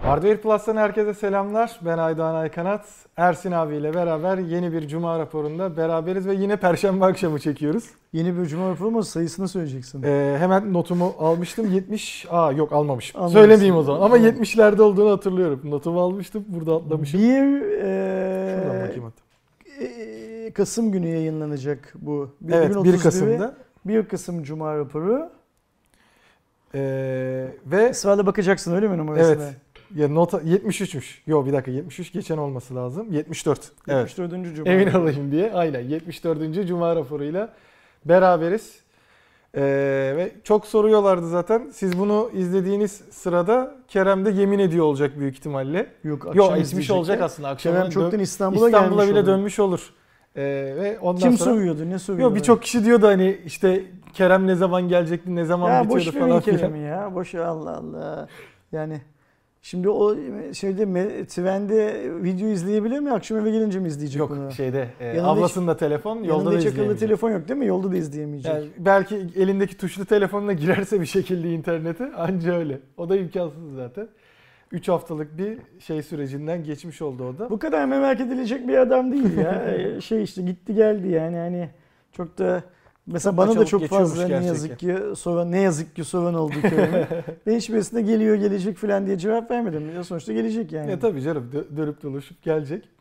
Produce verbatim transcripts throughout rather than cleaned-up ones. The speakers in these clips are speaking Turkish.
Hardware Plus'tan herkese selamlar. Ben Aydoğan Aykanat. Ersin abiyle beraber yeni bir Cuma raporunda beraberiz ve yine Perşembe akşamı çekiyoruz. Yeni bir Cuma raporu mu? Sayısını söyleyeceksin. Ee, hemen notumu almıştım. yetmiş. Aa yok almamışım. Almamışsın. Söylemeyeyim o zaman. Ama yetmişlerde olduğunu hatırlıyorum. Notumu almıştım. Burada atlamışım. Bir ee, Şuradan bakayım hatta. E, Kasım günü yayınlanacak bu. Evet, bir Kasım'da. bir Kasım Cuma raporu. Ee, ve ısrarla bakacaksın öyle mi numarasına? Evet. Ya nota yetmiş üçmüş. Yok bir dakika yetmiş üç geçen olması lazım. yetmiş dört. yetmiş dördüncü Evet. Cuma. Emin olayım diye. Aynen yetmiş dördüncü Cuma raporuyla beraberiz. Ee, ve çok soruyorlardı zaten. Siz bunu izlediğiniz sırada Kerem de yemin ediyor olacak büyük ihtimalle. Yok, Yok etmiş olacak aslında. Akşam Kerem çoktan İstanbul'a, İstanbul'a gelmiş bile olur. dönmüş olur. Ee, ve ondan Kim sonra... soruyordu? Ne soruyordu? Yok birçok kişi diyordu hani işte Kerem ne zaman gelecekti, ne zaman ya bitiyordu boş falan filan. Kerem'i ya. Boş ver Allah Allah. Yani şimdi o şeyde Twen'de video izleyebilir mi? Akşam eve gelince mi izleyecek Yok, bunu? Yok şeyde e, yanında ablasında hiç, telefon yolda yanında da hiç izleyemeyecek. akıllı telefon yok değil mi? Yolda da izleyemeyecek. Yani belki elindeki tuşlu telefonla girerse bir şekilde internete anca öyle. O da imkansız zaten. üç haftalık bir şey sürecinden geçmiş oldu o da. Bu kadar merak edilecek bir adam değil ya. şey işte gitti geldi yani hani çok da mesela çok bana da da çok fazla gerçekten. ne yazık ki soran ne yazık ki soran oldu Kerem'e. Ben hiçbirisine geliyor gelecek falan diye cevap vermedim. Ya sonuçta gelecek yani. Ya tabii canım dö- dönüp dolaşıp gelecek.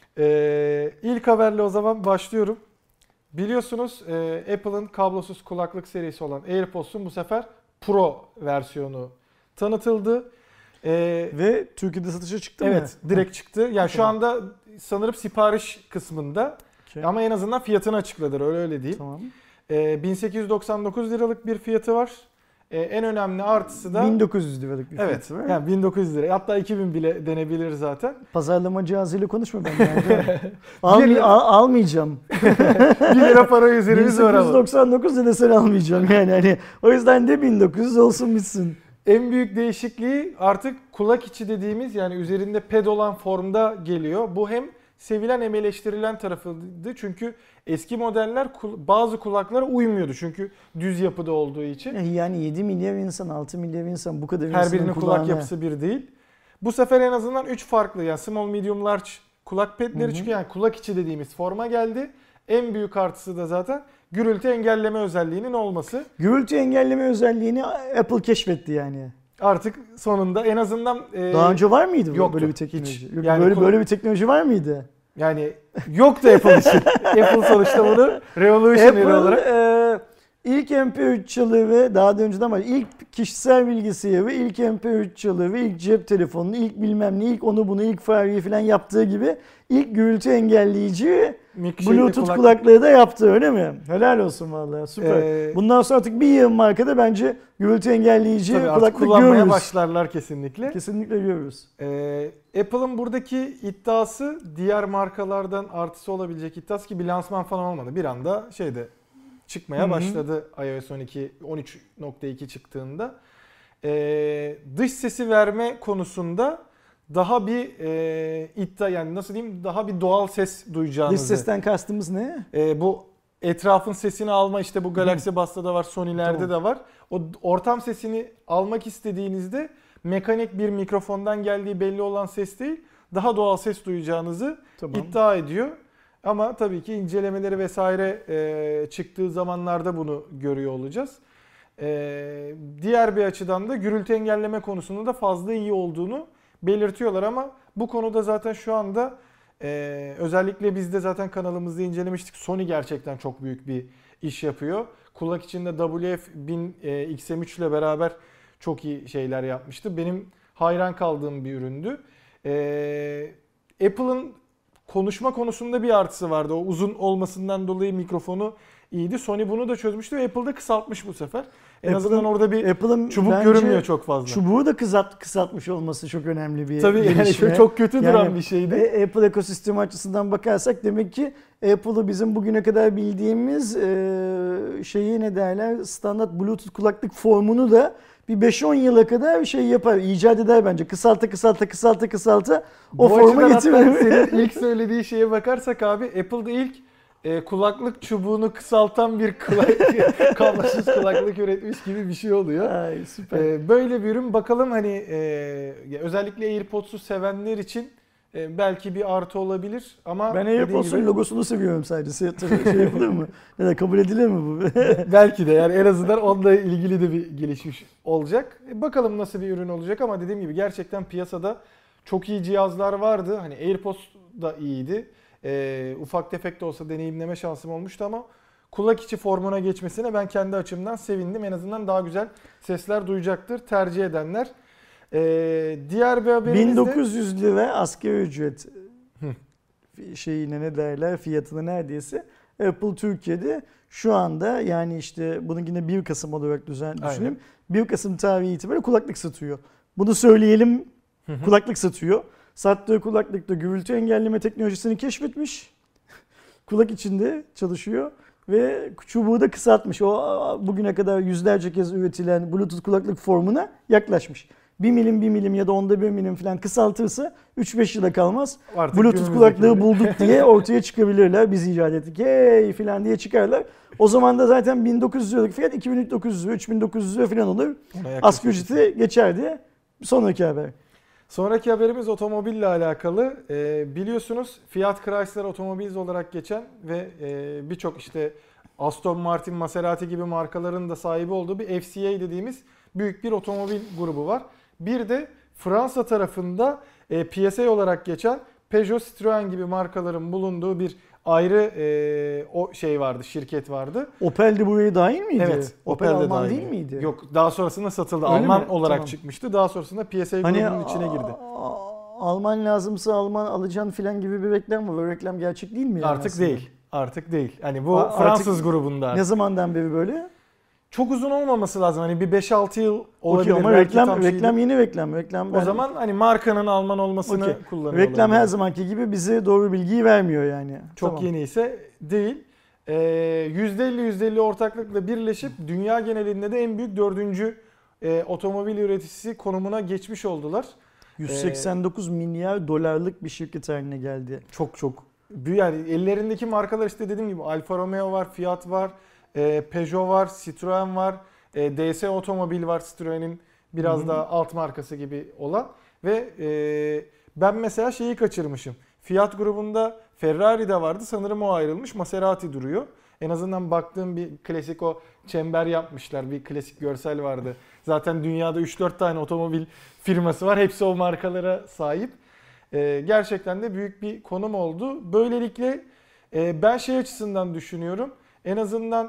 Ee, ilk haberle o zaman başlıyorum. Biliyorsunuz e, Apple'ın kablosuz kulaklık serisi olan AirPods'un bu sefer Pro versiyonu tanıtıldı. Ee, Ve Türkiye'de satışa çıktı evet, mı? Evet direkt çıktı. Yani tamam. Şu anda sanırım sipariş kısmında okay. Ama en azından fiyatını açıkladılar öyle öyle değil. Tamam. Ee, bin sekiz yüz doksan dokuz liralık bir fiyatı var. Ee, en önemli artısı da... bin dokuz yüz liralık bir evet, fiyatı var. Yani bin dokuz yüz lira. Hatta iki bin bile denebilir zaten. Pazarlama cihazıyla konuşma benden. Almay al almayacağım. bir lira para üzerimiz var ama. bin sekiz yüz doksan dokuz lira sen almayacağım yani. Hani, o yüzden de bin dokuz yüz olsun bitsin. En büyük değişikliği artık kulak içi dediğimiz yani üzerinde ped olan formda geliyor. Bu hem sevilen hem eleştirilen tarafıydı. Çünkü eski modeller bazı kulaklara uymuyordu. Çünkü düz yapıda olduğu için. Yani yedi milyar insan, altı milyar insan bu kadar her birinin kulağına... kulak yapısı bir değil. Bu sefer en azından üç farklı yani small, medium, large kulak pedleri çıkıyor. Yani kulak içi dediğimiz forma geldi. En büyük artısı da zaten gürültü engelleme özelliğinin olması. Gürültü engelleme özelliğini Apple keşfetti yani. Artık sonunda en azından e, daha önce var mıydı yoktu, böyle bir teknoloji? Hiç. Yani böyle böyle bir teknoloji var mıydı? Yani yoktu Apple için. Apple sonuçta bunu revolutionary olarak. E, ilk M P üç çalığı ve daha da önceden var. İlk kişisel bilgisayarı, ilk M P üç çalığı ve ilk cep telefonunu, ilk bilmem ne, ilk onu bunu, ilk fareyi falan yaptığı gibi ilk gürültü engelleyici Bluetooth kulak... kulaklığı da yaptı öyle mi? Helal olsun vallahi süper. Ee, Bundan sonra artık bir yığın markada bence gürültü engelleyici kulaklık kullanmaya görürüz. başlarlar kesinlikle. Kesinlikle görürüz. Ee, Apple'ın buradaki iddiası diğer markalardan artısı olabilecek iddiası ki bir lansman falan olmadı. Bir anda şeyde çıkmaya Hı-hı. başladı iOS on iki on üç nokta iki çıktığında. Ee, dış sesi verme konusunda daha bir e, iddia yani nasıl diyeyim daha bir doğal ses duyacağınızı. Dış sesten kastımız ne? E, bu etrafın sesini alma işte bu Galaxy Buds'ta da var, Sony'lerde tamam. de var. O ortam sesini almak istediğinizde mekanik bir mikrofondan geldiği belli olan ses değil, daha doğal ses duyacağınızı tamam. iddia ediyor. Ama tabii ki incelemeleri vesaire e, çıktığı zamanlarda bunu görüyor olacağız. E, diğer bir açıdan da gürültü engelleme konusunda da fazla iyi olduğunu belirtiyorlar ama bu konuda zaten şu anda e, özellikle biz de zaten kanalımızda incelemiştik. Sony gerçekten çok büyük bir iş yapıyor. Kulak içinde W F bin e, X M üç ile beraber çok iyi şeyler yapmıştı. Benim hayran kaldığım bir üründü. E, Apple'ın konuşma konusunda bir artısı vardı. O uzun olmasından dolayı mikrofonu iyiydi. Sony bunu da çözmüştü ve Apple'da kısaltmış bu sefer. En azından orada bir Apple'ın çubuk görünmüyor çok fazla. Çubuğu da kısalt, kısaltmış olması çok önemli bir Tabii gelişme. yani çok kötü duran yani, bir şeydi. Apple ekosistemi açısından bakarsak demek ki Apple'ı bizim bugüne kadar bildiğimiz e, şeyi ne derler standart Bluetooth kulaklık formunu da bir beş on yıla kadar bir şey yapar, icat eder bence. Kısalta kısalta kısalta kısalta o bu forma getirir. Senin ilk söylediği şeye bakarsak abi Apple'da ilk e, kulaklık çubuğunu kısaltan bir kulak, kablosuz kulaklık üretmiş gibi bir şey oluyor. Ay, süper. E, böyle bir ürün bakalım hani e, özellikle AirPods'u sevenler için e, belki bir artı olabilir ama Ben dediğim AirPods'un gibi- logosunu seviyorum sadece. Şey yapılır mı? Ne de kabul edilir mi bu? belki de yani en azından onunla ilgili de bir gelişmiş olacak. E, bakalım nasıl bir ürün olacak ama dediğim gibi gerçekten piyasada çok iyi cihazlar vardı. Hani AirPods da iyiydi. E, ufak tefek de olsa deneyimleme şansım olmuştu ama kulak içi formuna geçmesine ben kendi açımdan sevindim. En azından daha güzel sesler duyacaktır tercih edenler. E, diğer bir haberimiz bin de... dokuz yüz lira asgari ücret şeyine ne derler fiyatını neredeyse Apple Türkiye'de şu anda yani işte bunu yine bir Kasım olarak düzen düşünelim. Aynen. bir Kasım tarihi itibariyle kulaklık satıyor. Bunu söyleyelim, kulaklık satıyor. Sattığı kulaklıkta gürültü engelleme teknolojisini keşfetmiş. Kulak içinde çalışıyor ve çubuğu da kısaltmış. O bugüne kadar yüzlerce kez üretilen Bluetooth kulaklık formuna yaklaşmış. bir milim bir milim ya da onda bir milim falan kısaltırsa üç beş yıla kalmaz. Artık Bluetooth günümüzdeki kulaklığı gibi. bulduk diye ortaya çıkabilirler. Biz icat ettik hey falan diye çıkarlar. O zaman da zaten bin dokuz yüz liralık fiyat iki bin dokuz yüz lira, üç bin dokuz yüz lira falan olur. Ona yaklaşık Asgari ücreti geçerdi. Sonraki haber. Sonraki haberimiz otomobille alakalı. Ee, biliyorsunuz Fiat Chrysler Automobiles olarak geçen ve e, birçok işte Aston Martin, Maserati gibi markaların da sahibi olduğu bir F C A dediğimiz büyük bir otomobil grubu var. Bir de Fransa tarafında e, P S A olarak geçen Peugeot, Citroën gibi markaların bulunduğu bir ayrı e, o şey vardı, şirket vardı. Opel de buraya dahil miydi? Evet, Opel, Opel de Alman dahil. değil miydi? Yok, daha sonrasında satıldı. Öyle Alman mi? olarak Tamam. çıkmıştı. Daha sonrasında P S A Hani grubunun içine girdi. a- Alman lazımsa Alman alacaksın filan gibi bir reklam var. O reklam gerçek değil mi? Yani Artık aslında? değil. Artık değil. Hani bu A- artık Fransız grubunda. Ne zamandan beri böyle? Çok uzun olmaması lazım. Hani bir beş altı yıl olabilir. Okey ama Belki reklam tam şey reklam değil. yeni reklam. Reklam O ben- zaman hani markanın Alman olmasını Okey. kullanıyor. reklam olabilir. her zamanki gibi bize doğru bilgiyi vermiyor yani. Çok Tamam. yeni ise değil. Ee, yüzde elli yüzde elli ortaklıkla birleşip dünya genelinde de en büyük dördüncü e, otomobil üreticisi konumuna geçmiş oldular. yüz seksen dokuz milyar dolarlık bir şirket haline geldi. Çok çok. büyük. Yani ellerindeki markalar işte dediğim gibi Alfa Romeo var, Fiat var, e, Peugeot var, Citroen var, e, D S Otomobil var, Citroen'in biraz Hı-hı. daha alt markası gibi olan ve e, ben mesela şeyi kaçırmışım. Fiat grubunda Ferrari de vardı, sanırım o ayrılmış, Maserati duruyor. En azından baktığım bir klasik o çember yapmışlar, bir klasik görsel vardı. Zaten dünyada üç dört tane otomobil firması var, hepsi o markalara sahip. Ee, gerçekten de büyük bir konum oldu. Böylelikle e, ben şey açısından düşünüyorum. En azından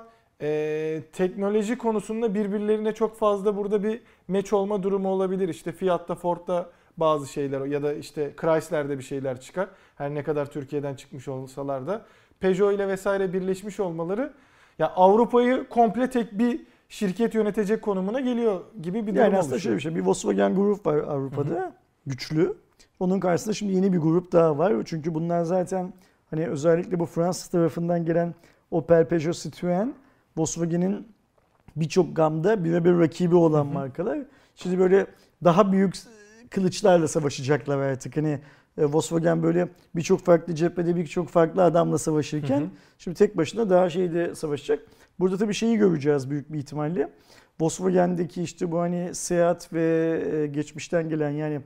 e, teknoloji konusunda birbirlerine çok fazla burada bir meç olma durumu olabilir. İşte Fiat'ta, Ford'da bazı şeyler ya da işte Chrysler'de bir şeyler çıkar. Her ne kadar Türkiye'den çıkmış olsalar da Peugeot ile vesaire birleşmiş olmaları ya Avrupa'yı komple tek bir şirket yönetecek konumuna geliyor gibi bir durum Yani aslında oluşuyor. şöyle bir şey. Bir Volkswagen Group var Avrupa'da. Hı-hı. Güçlü. Onun karşısında şimdi yeni bir grup daha var. Çünkü bunlar zaten hani özellikle bu Fransız tarafından gelen Opel, Peugeot, Citroën, Volkswagen'in birçok gamda birebir rakibi olan Hı-hı. markalar. Şimdi böyle daha büyük kılıçlarla savaşacaklar artık. Hani Volkswagen böyle birçok farklı cephede birçok farklı adamla savaşırken Hı-hı. şimdi tek başına daha şeyde savaşacak. Burada tabii şeyi göreceğiz büyük bir ihtimalle. Volkswagen'deki işte bu hani Seat ve geçmişten gelen yani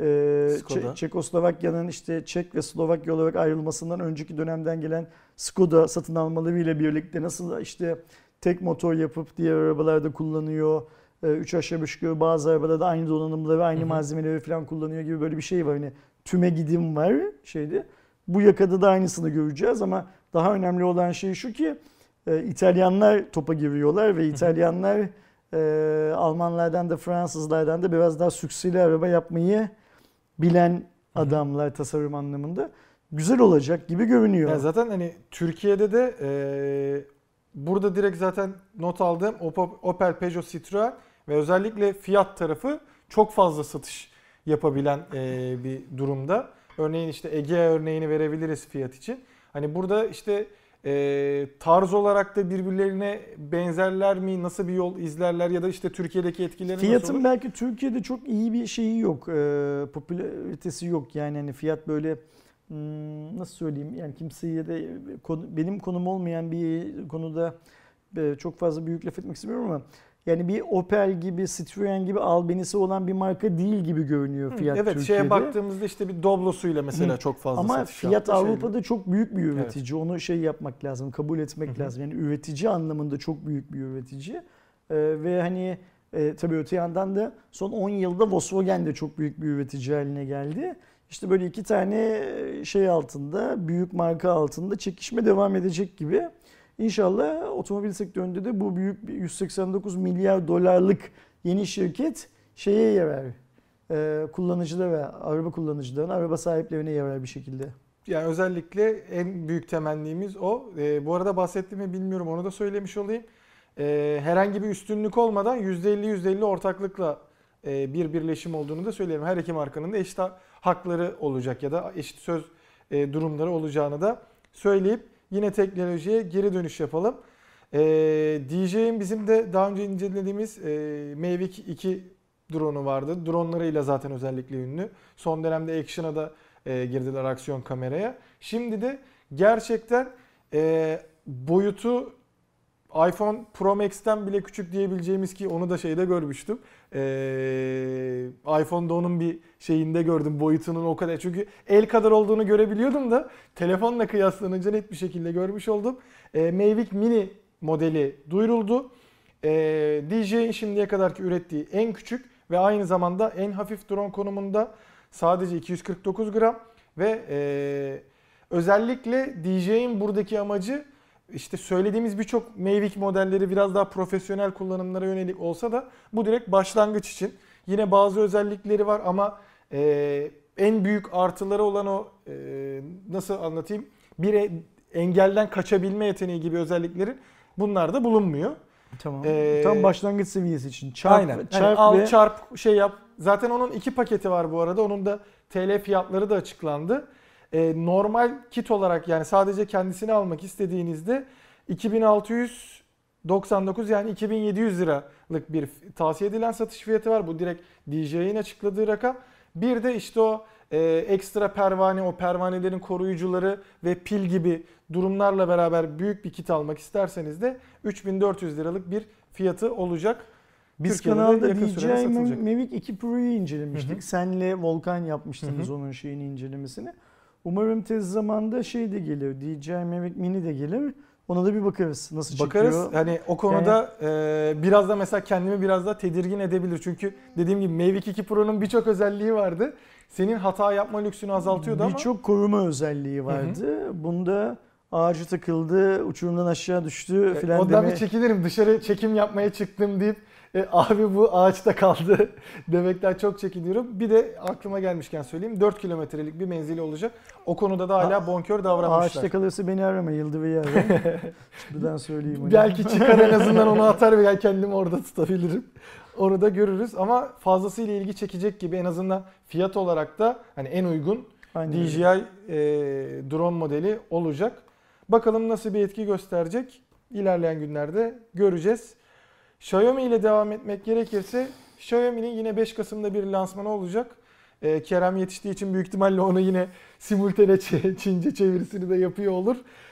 Ç- Çekoslovakya'nın işte Çek ve Slovakya olarak ayrılmasından önceki dönemden gelen Skoda satın almalarıyla birlikte nasıl işte tek motor yapıp diğer arabalarda kullanıyor. Üç aşağı beş yukarı bazı arabalarda aynı donanımları, aynı hı hı. malzemeleri falan kullanıyor gibi böyle bir şey var. Hani tüme gidim var şeyde. Bu yakada da aynısını göreceğiz ama daha önemli olan şey şu ki İtalyanlar topa giriyorlar ve İtalyanlar e, Almanlardan da Fransızlardan da biraz daha sükseli araba yapmayı bilen adamlar tasarım anlamında. Güzel olacak gibi görünüyor. Yani zaten hani Türkiye'de de e, burada direkt zaten not aldığım Opel, Peugeot, Citroen ve özellikle Fiat tarafı çok fazla satış yapabilen e, bir durumda. Örneğin işte Egea örneğini verebiliriz Fiat için. Hani burada işte e, tarz olarak da birbirlerine benzerler mi, nasıl bir yol izlerler ya da işte Türkiye'deki etkileri Fiat'ın nasıl olur? belki Türkiye'de çok iyi bir şeyi yok, e, popülaritesi yok. Yani hani Fiat böyle hmm, nasıl söyleyeyim, yani kimseye de konu, benim konum olmayan bir konuda e, çok fazla büyük laf etmek istemiyorum ama yani bir Opel gibi, Citroen gibi albenisi olan bir marka değil gibi görünüyor Fiat Evet, Türkiye'de. şeye baktığımızda işte bir Doblo'suyla mesela Hı. çok fazla ama satış Fiat yaptı. Avrupa'da Şeyle. çok büyük bir üretici. Evet. Onu şey yapmak lazım, kabul etmek Hı-hı. lazım. Yani üretici anlamında çok büyük bir üretici. Ee, ve hani e, tabii öte yandan da son on yılda Volkswagen de çok büyük bir üretici haline geldi. İşte böyle iki tane şey altında, büyük marka altında çekişme devam edecek gibi. İnşallah otomobil sektöründe de bu büyük yüz seksen dokuz milyar dolarlık yeni şirket şeye yarar. Ee, kullanıcılara ve araba kullanıcılarına, araba sahiplerine yarar bir şekilde. Yani özellikle en büyük temennimiz o. Ee, bu arada bahsettim mi bilmiyorum, onu da söylemiş olayım. Ee, herhangi bir üstünlük olmadan yüzde elli yüzde elli ortaklıkla e, bir birleşim olduğunu da söyleyelim. Her iki markanın da eşit hakları olacak ya da eşit söz e, durumları olacağını da söyleyip yine teknolojiye geri dönüş yapalım. Ee, D J I'nin bizim de daha önce incelediğimiz e, Mavic iki drone'u vardı. Drone'larıyla zaten özellikle ünlü. Son dönemde Action'a da e, girdiler, aksiyon kameraya. Şimdi de gerçekten e, boyutu iPhone Pro Max'ten bile küçük diyebileceğimiz, ki onu da şeyde görmüştüm. Ee, iPhone'da onun bir şeyinde gördüm, boyutunun o kadar. Çünkü el kadar olduğunu görebiliyordum da telefonla kıyaslanınca net bir şekilde görmüş oldum. Ee, Mavic Mini modeli duyuruldu. Ee, D J I'nin şimdiye kadarki ürettiği en küçük ve aynı zamanda en hafif drone konumunda, sadece iki yüz kırk dokuz gram ve e, özellikle D J I'nin buradaki amacı, İşte söylediğimiz birçok Mavic modelleri biraz daha profesyonel kullanımlara yönelik olsa da bu direkt başlangıç için. Yine bazı özellikleri var ama e, en büyük artıları olan o e, nasıl anlatayım, bir engelden kaçabilme yeteneği gibi özellikleri bunlarda bulunmuyor. Tamam. Ee, Tam başlangıç seviyesi için. Çarp, aynen. Çarp yani al, ve... çarp, şey yap. Zaten onun iki paketi var bu arada. Onun da T L fiyatları da açıklandı. Ee, normal kit olarak, yani sadece kendisini almak istediğinizde iki bin altı yüz doksan dokuz, yani iki bin yedi yüz liralık bir tavsiye edilen satış fiyatı var. Bu direkt D J I'nin açıkladığı rakam. Bir de işte o e, ekstra pervane, o pervanelerin koruyucuları ve pil gibi durumlarla beraber büyük bir kit almak isterseniz de üç bin dört yüz liralık bir fiyatı olacak. Biz Türkiye'de kanalda de D J I Mavic iki Pro'yu incelemiştik. Hı hı. Senle Volkan yapmıştınız hı hı. onun şeyini, incelemesini. Umarım tez zamanda şey de gelir, D J I Mavic Mini de gelir. Ona da bir bakarız. Nasıl bakarız. çekiyor? Hani o konuda yani... e, biraz da mesela kendimi biraz da tedirgin edebilir. Çünkü dediğim gibi Mavic iki Pro'nun birçok özelliği vardı. Senin hata yapma lüksünü azaltıyordu ama. Birçok koruma özelliği vardı. Hı hı. Bunda ağacı takıldı, uçurumdan aşağı düştü e, filan ondan deme... bir çekinirim. Dışarı çekim yapmaya çıktım deyip e, abi bu ağaçta kaldı demekten çok çekiniyorum. Bir de aklıma gelmişken söyleyeyim, dört kilometrelik bir menzili olacak. O konuda da hala bonkör davranmışlar. Ağaçta kalırsa beni arama, Yıldırı'yı ara. Buradan söyleyeyim hocam. Belki çıkar, en azından onu atar ve kendimi orada tutabilirim. Onu da görürüz ama fazlasıyla ilgi çekecek gibi, en azından fiyat olarak da hani en uygun aynen D J I e, drone modeli olacak. Bakalım nasıl bir etki gösterecek, ilerleyen günlerde göreceğiz. Xiaomi ile devam etmek gerekirse, Xiaomi'nin yine beş Kasım'da bir lansmanı olacak. Ee, Kerem yetiştiği için büyük ihtimalle onu yine simultane Çince çevirisini de yapıyor olur.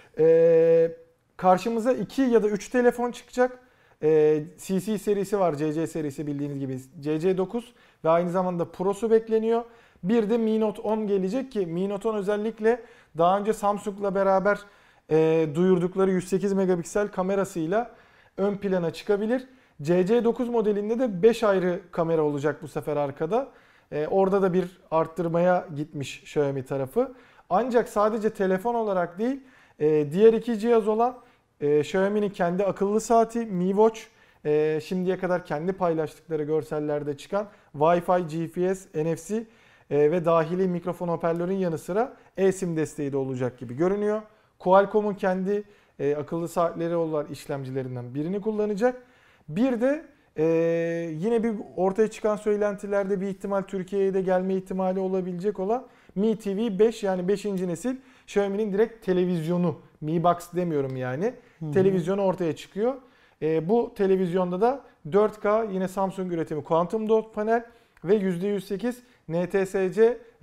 Ee, karşımıza iki ya da üç telefon çıkacak. Ee, C C serisi var, C C serisi bildiğiniz gibi. C C dokuz ve aynı zamanda Pro'su bekleniyor. Bir de Mi Note on gelecek ki Mi Note on özellikle daha önce Samsung'la beraber e, duyurdukları yüz sekiz megapiksel kamerasıyla ön plana çıkabilir. C C dokuz modelinde de beş ayrı kamera olacak bu sefer arkada. Ee, orada da bir arttırmaya gitmiş Xiaomi tarafı. Ancak sadece telefon olarak değil, e, diğer iki cihaz olan e, Xiaomi'nin kendi akıllı saati Mi Watch, e, şimdiye kadar kendi paylaştıkları görsellerde çıkan Wi-Fi, G P S, N F C e, ve dahili mikrofon hoparlörün yanı sıra eSIM desteği de olacak gibi görünüyor. Qualcomm'un kendi e, akıllı saatleri olan işlemcilerinden birini kullanacak. Bir de e, yine bir ortaya çıkan söylentilerde bir ihtimal Türkiye'ye de gelme ihtimali olabilecek olan Mi T V beş, yani beşinci nesil Xiaomi'nin direkt televizyonu. Mi Box demiyorum yani. Hı hı. Televizyonu ortaya çıkıyor. E, bu televizyonda da dört K yine Samsung üretimi Quantum Dot panel ve yüzde yüz sekiz N T S C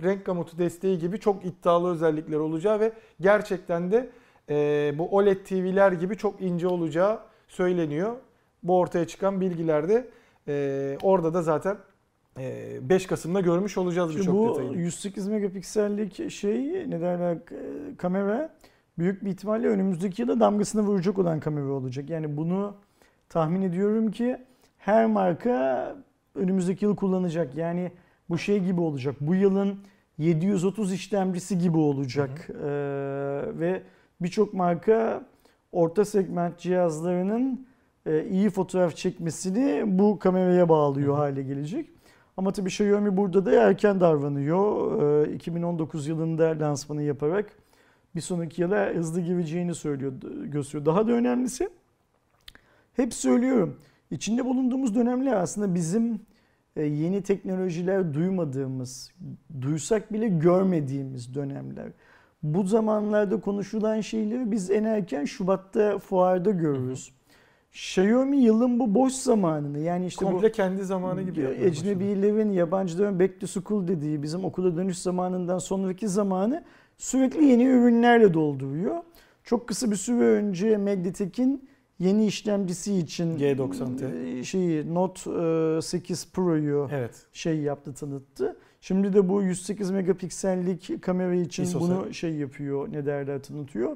renk gamutu desteği gibi çok iddialı özellikler olacağı ve gerçekten de e, bu O L E D T V'ler gibi çok ince olacağı söyleniyor. Bu ortaya çıkan bilgilerde e, orada da zaten e, beş Kasım'da görmüş olacağız birçok detayını. Bu yüz sekiz megapiksellik şey ne derler kamera büyük bir ihtimalle önümüzdeki yılda damgasını vuracak olan kamera olacak. Yani bunu tahmin ediyorum ki her marka önümüzdeki yıl kullanacak. Yani bu şey gibi olacak. Bu yılın yedi yüz otuz işlemcisi gibi olacak. Hı hı. Ee, ve birçok marka orta segment cihazlarının e, iyi fotoğraf çekmesini bu kameraya bağlıyor hı hı. hale gelecek. Ama tabii Xiaomi burada da erken davranıyor. Ee, iki bin on dokuz yılında lansmanı yaparak bir sonraki yıla hızlı gireceğini söylüyor, gösteriyor. Daha da önemlisi, hep söylüyorum, içinde bulunduğumuz dönemler aslında bizim yeni teknolojiler duymadığımız, duysak bile görmediğimiz dönemler. Bu zamanlarda konuşulan şeyleri biz en erken Şubat'ta fuarda görürüz. Hı hı. Xiaomi yılın bu boş zamanını, yani işte komple bu kendi zamanı gibi ecnebilerin, yabancıların back to school dediği bizim okula dönüş zamanından sonraki zamanı sürekli yeni ürünlerle dolduruyor. Çok kısa bir süre önce Mediatek'in yeni işlemcisi için G doksan T şeyi Note sekiz Pro'yu evet. şey yaptı, tanıttı. Şimdi de bu yüz sekiz megapiksellik kamera için İSO'sa. Bunu şey yapıyor, ne derler, tanıtıyor.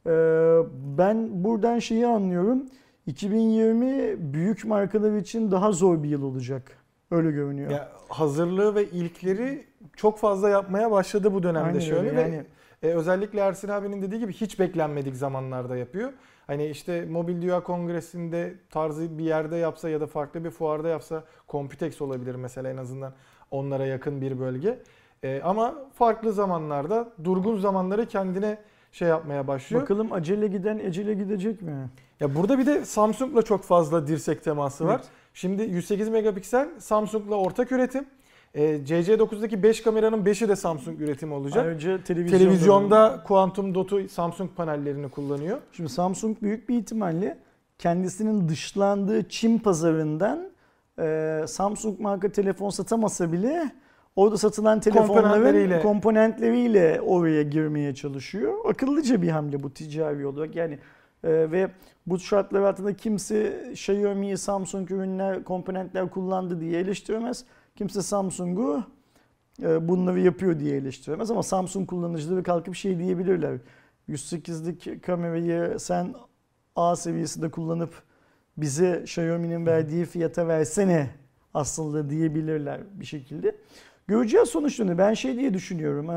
Ben buradan şeyi anlıyorum. iki bin yirmi büyük markalar için daha zor bir yıl olacak. Öyle görünüyor. Ya, hazırlığı ve ilkleri çok fazla yapmaya başladı bu dönemde. Aynen şöyle yani. Ve e, özellikle Ersin abinin dediği gibi hiç beklenmedik zamanlarda yapıyor. Hani işte Mobil Dünya Kongresi'nde tarzı bir yerde yapsa ya da farklı bir fuarda yapsa, Computex olabilir mesela, en azından onlara yakın bir bölge. E, ama farklı zamanlarda, durgun zamanları kendine şey yapmaya başlıyor. Bakalım acele giden acele gidecek mi? Ya burada bir de Samsung'la çok fazla dirsek teması var. Evet. Şimdi yüz sekiz megapiksel Samsung'la ortak üretim. C C dokuzdaki beş kameranın beşi de Samsung üretimi olacak. Ayrıca televizyonda, televizyonda Quantum Dot'u Samsung panellerini kullanıyor. Şimdi Samsung büyük bir ihtimalle kendisinin dışlandığı Çin pazarından e, Samsung marka telefon satamasa bile orada satılan telefonların komponentleriyle. komponentleriyle oraya girmeye çalışıyor. Akıllıca bir hamle bu ticari olarak. Yani e, ve bu şartlar altında kimse Xiaomi'yi Samsung ürünler, komponentler kullandı diye eleştiremez. Kimse Samsung'u e, bunları yapıyor diye eleştiremez. Ama Samsung kullanıcıları kalkıp şey diyebilirler. yüz sekizlik kamerayı sen A seviyesinde kullanıp bize Xiaomi'nin verdiği fiyata versene aslında diyebilirler bir şekilde. Göreceğiz sonuçlarını. Ben şey diye düşünüyorum.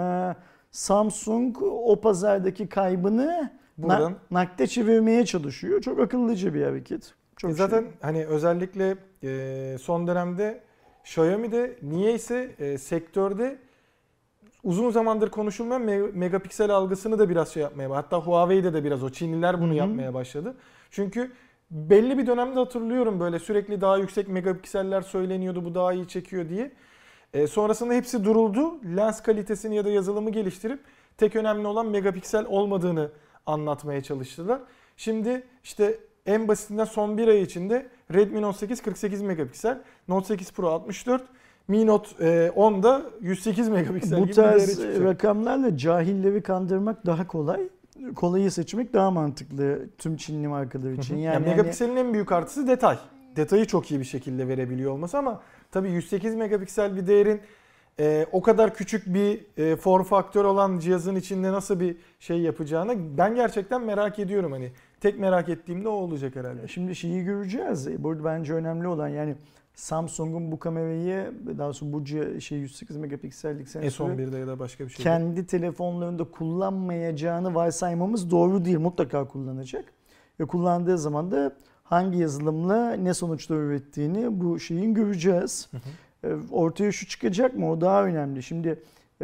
Samsung o pazardaki kaybını buradan nakde çevirmeye çalışıyor. Çok akıllıca bir hareket. Çok e zaten şey. Hani özellikle son dönemde Xiaomi'de niyeyse e, sektörde uzun zamandır konuşulmayan megapiksel algısını da biraz şey yapmaya başladı. Hatta Huawei'de de biraz o Çinliler bunu Hı-hı. yapmaya başladı. Çünkü belli bir dönemde hatırlıyorum böyle sürekli daha yüksek megapikseller söyleniyordu, bu daha iyi çekiyor diye. E, sonrasında hepsi duruldu. Lens kalitesini ya da yazılımı geliştirip tek önemli olan megapiksel olmadığını anlatmaya çalıştılar. Şimdi işte en basitinden son bir ay içinde Redmi Note sekiz kırk sekiz megapiksel, Note sekiz Pro altmış dört, Mi Note on da yüz sekiz megapiksel Bu gibi tarz rakamlarla cahilleri kandırmak daha kolay. Kolayı seçmek daha mantıklı tüm Çinli markalar için. Yani, yani megapikselin en büyük artısı detay. Detayı çok iyi bir şekilde verebiliyor olması ama tabii yüz sekiz megapiksel bir değerin e, o kadar küçük bir e, form faktör olan cihazın içinde nasıl bir şey yapacağını ben gerçekten merak ediyorum. Hani tek merak ettiğim de o olacak herhalde. Şimdi şeyi göreceğiz. Burada bence önemli olan yani Samsung'un bu kamerayı, daha doğrusu bu şey yüz sekiz megapiksellik sensörü S on birde ya da başka bir şey kendi telefonlarında kullanmayacağını varsaymamız doğru değil. Mutlaka kullanacak. Ve kullandığı zaman da hangi yazılımla ne sonuçlar ürettiğini bu şeyin göreceğiz. Hı hı. Ortaya şu çıkacak mı? O daha önemli. Şimdi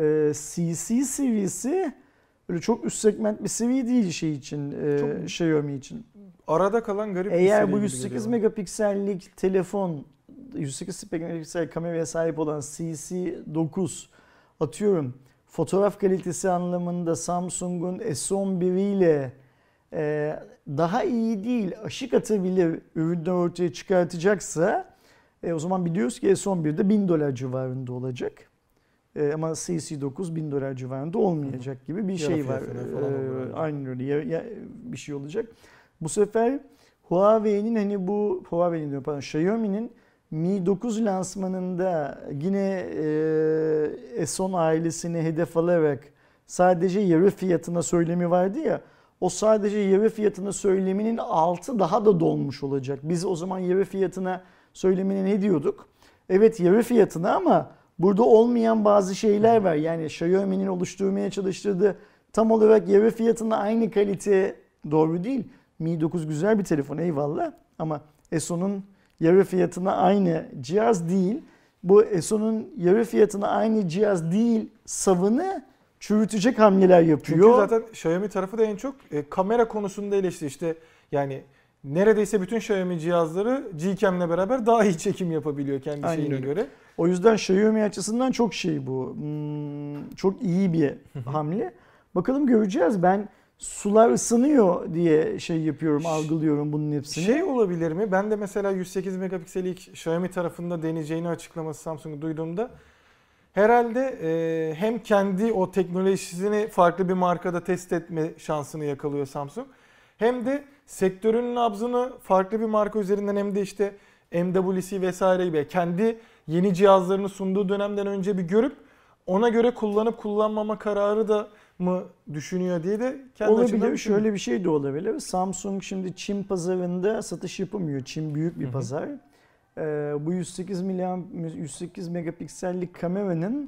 C C seviyesi öyle çok üst segment bir seviye değil şey için, çok Xiaomi için. Arada kalan garip Eğer bir seviye. Eğer bu yüz sekiz megapiksellik telefon, yüz sekiz megapiksel kameraya sahip olan C C dokuz atıyorum fotoğraf kalitesi anlamında Samsung'un S on bir ile e, daha iyi değil aşık atabilir ürünler ortaya çıkartacaksa e, o zaman biliyoruz ki S on birde bin dolar civarında olacak. E, ama C C dokuz bin dolar civarında olmayacak gibi bir şey var. E, aynen öyle ya, ya, bir şey olacak. Bu sefer Huawei'nin hani bu Huawei'nin diyorum pardon Xiaomi'nin Mi dokuz lansmanında yine e, S on ailesini hedef alarak sadece yarı fiyatına söylemi vardı ya. O sadece yarı fiyatına söyleminin altı daha da dolmuş olacak. Biz o zaman yarı fiyatına söylemine ne diyorduk? Evet yarı fiyatına ama burada olmayan bazı şeyler var. Yani Xiaomi'nin oluşturmaya çalıştırdığı tam olarak yarı fiyatına aynı kalite doğru değil. Mi dokuz güzel bir telefon eyvallah ama S on'un yarı fiyatına aynı cihaz değil. Bu S on'un yarı fiyatına aynı cihaz değil savını çürütecek hamleler yapıyor. Çünkü zaten Xiaomi tarafı da en çok e, kamera konusunda eleştiri. İşte yani neredeyse bütün Xiaomi cihazları Gcam'le beraber daha iyi çekim yapabiliyor kendi Aynen şeyine öyle. göre. O yüzden Xiaomi açısından çok şey bu. Hmm, çok iyi bir hamle. Bakalım göreceğiz. Ben sular ısınıyor diye şey yapıyorum, algılıyorum bunun hepsini. Şey olabilir mi? Ben de mesela yüz sekiz megapiksel ilk Xiaomi tarafında deneyeceğini açıklaması Samsung'u duyduğumda herhalde e, hem kendi o teknolojisini farklı bir markada test etme şansını yakalıyor Samsung. Hem de sektörün nabzını farklı bir marka üzerinden hem de işte M W C vesaire gibi kendi yeni cihazlarını sunduğu dönemden önce bir görüp ona göre kullanıp kullanmama kararı da mı düşünüyor diye de kendi olabilir. Şöyle bir şey de olabilir. Samsung şimdi Çin pazarında satış yapamıyor. Çin büyük bir pazar. Ee, bu yüz sekiz miliam yüz sekiz megapiksellik kameranın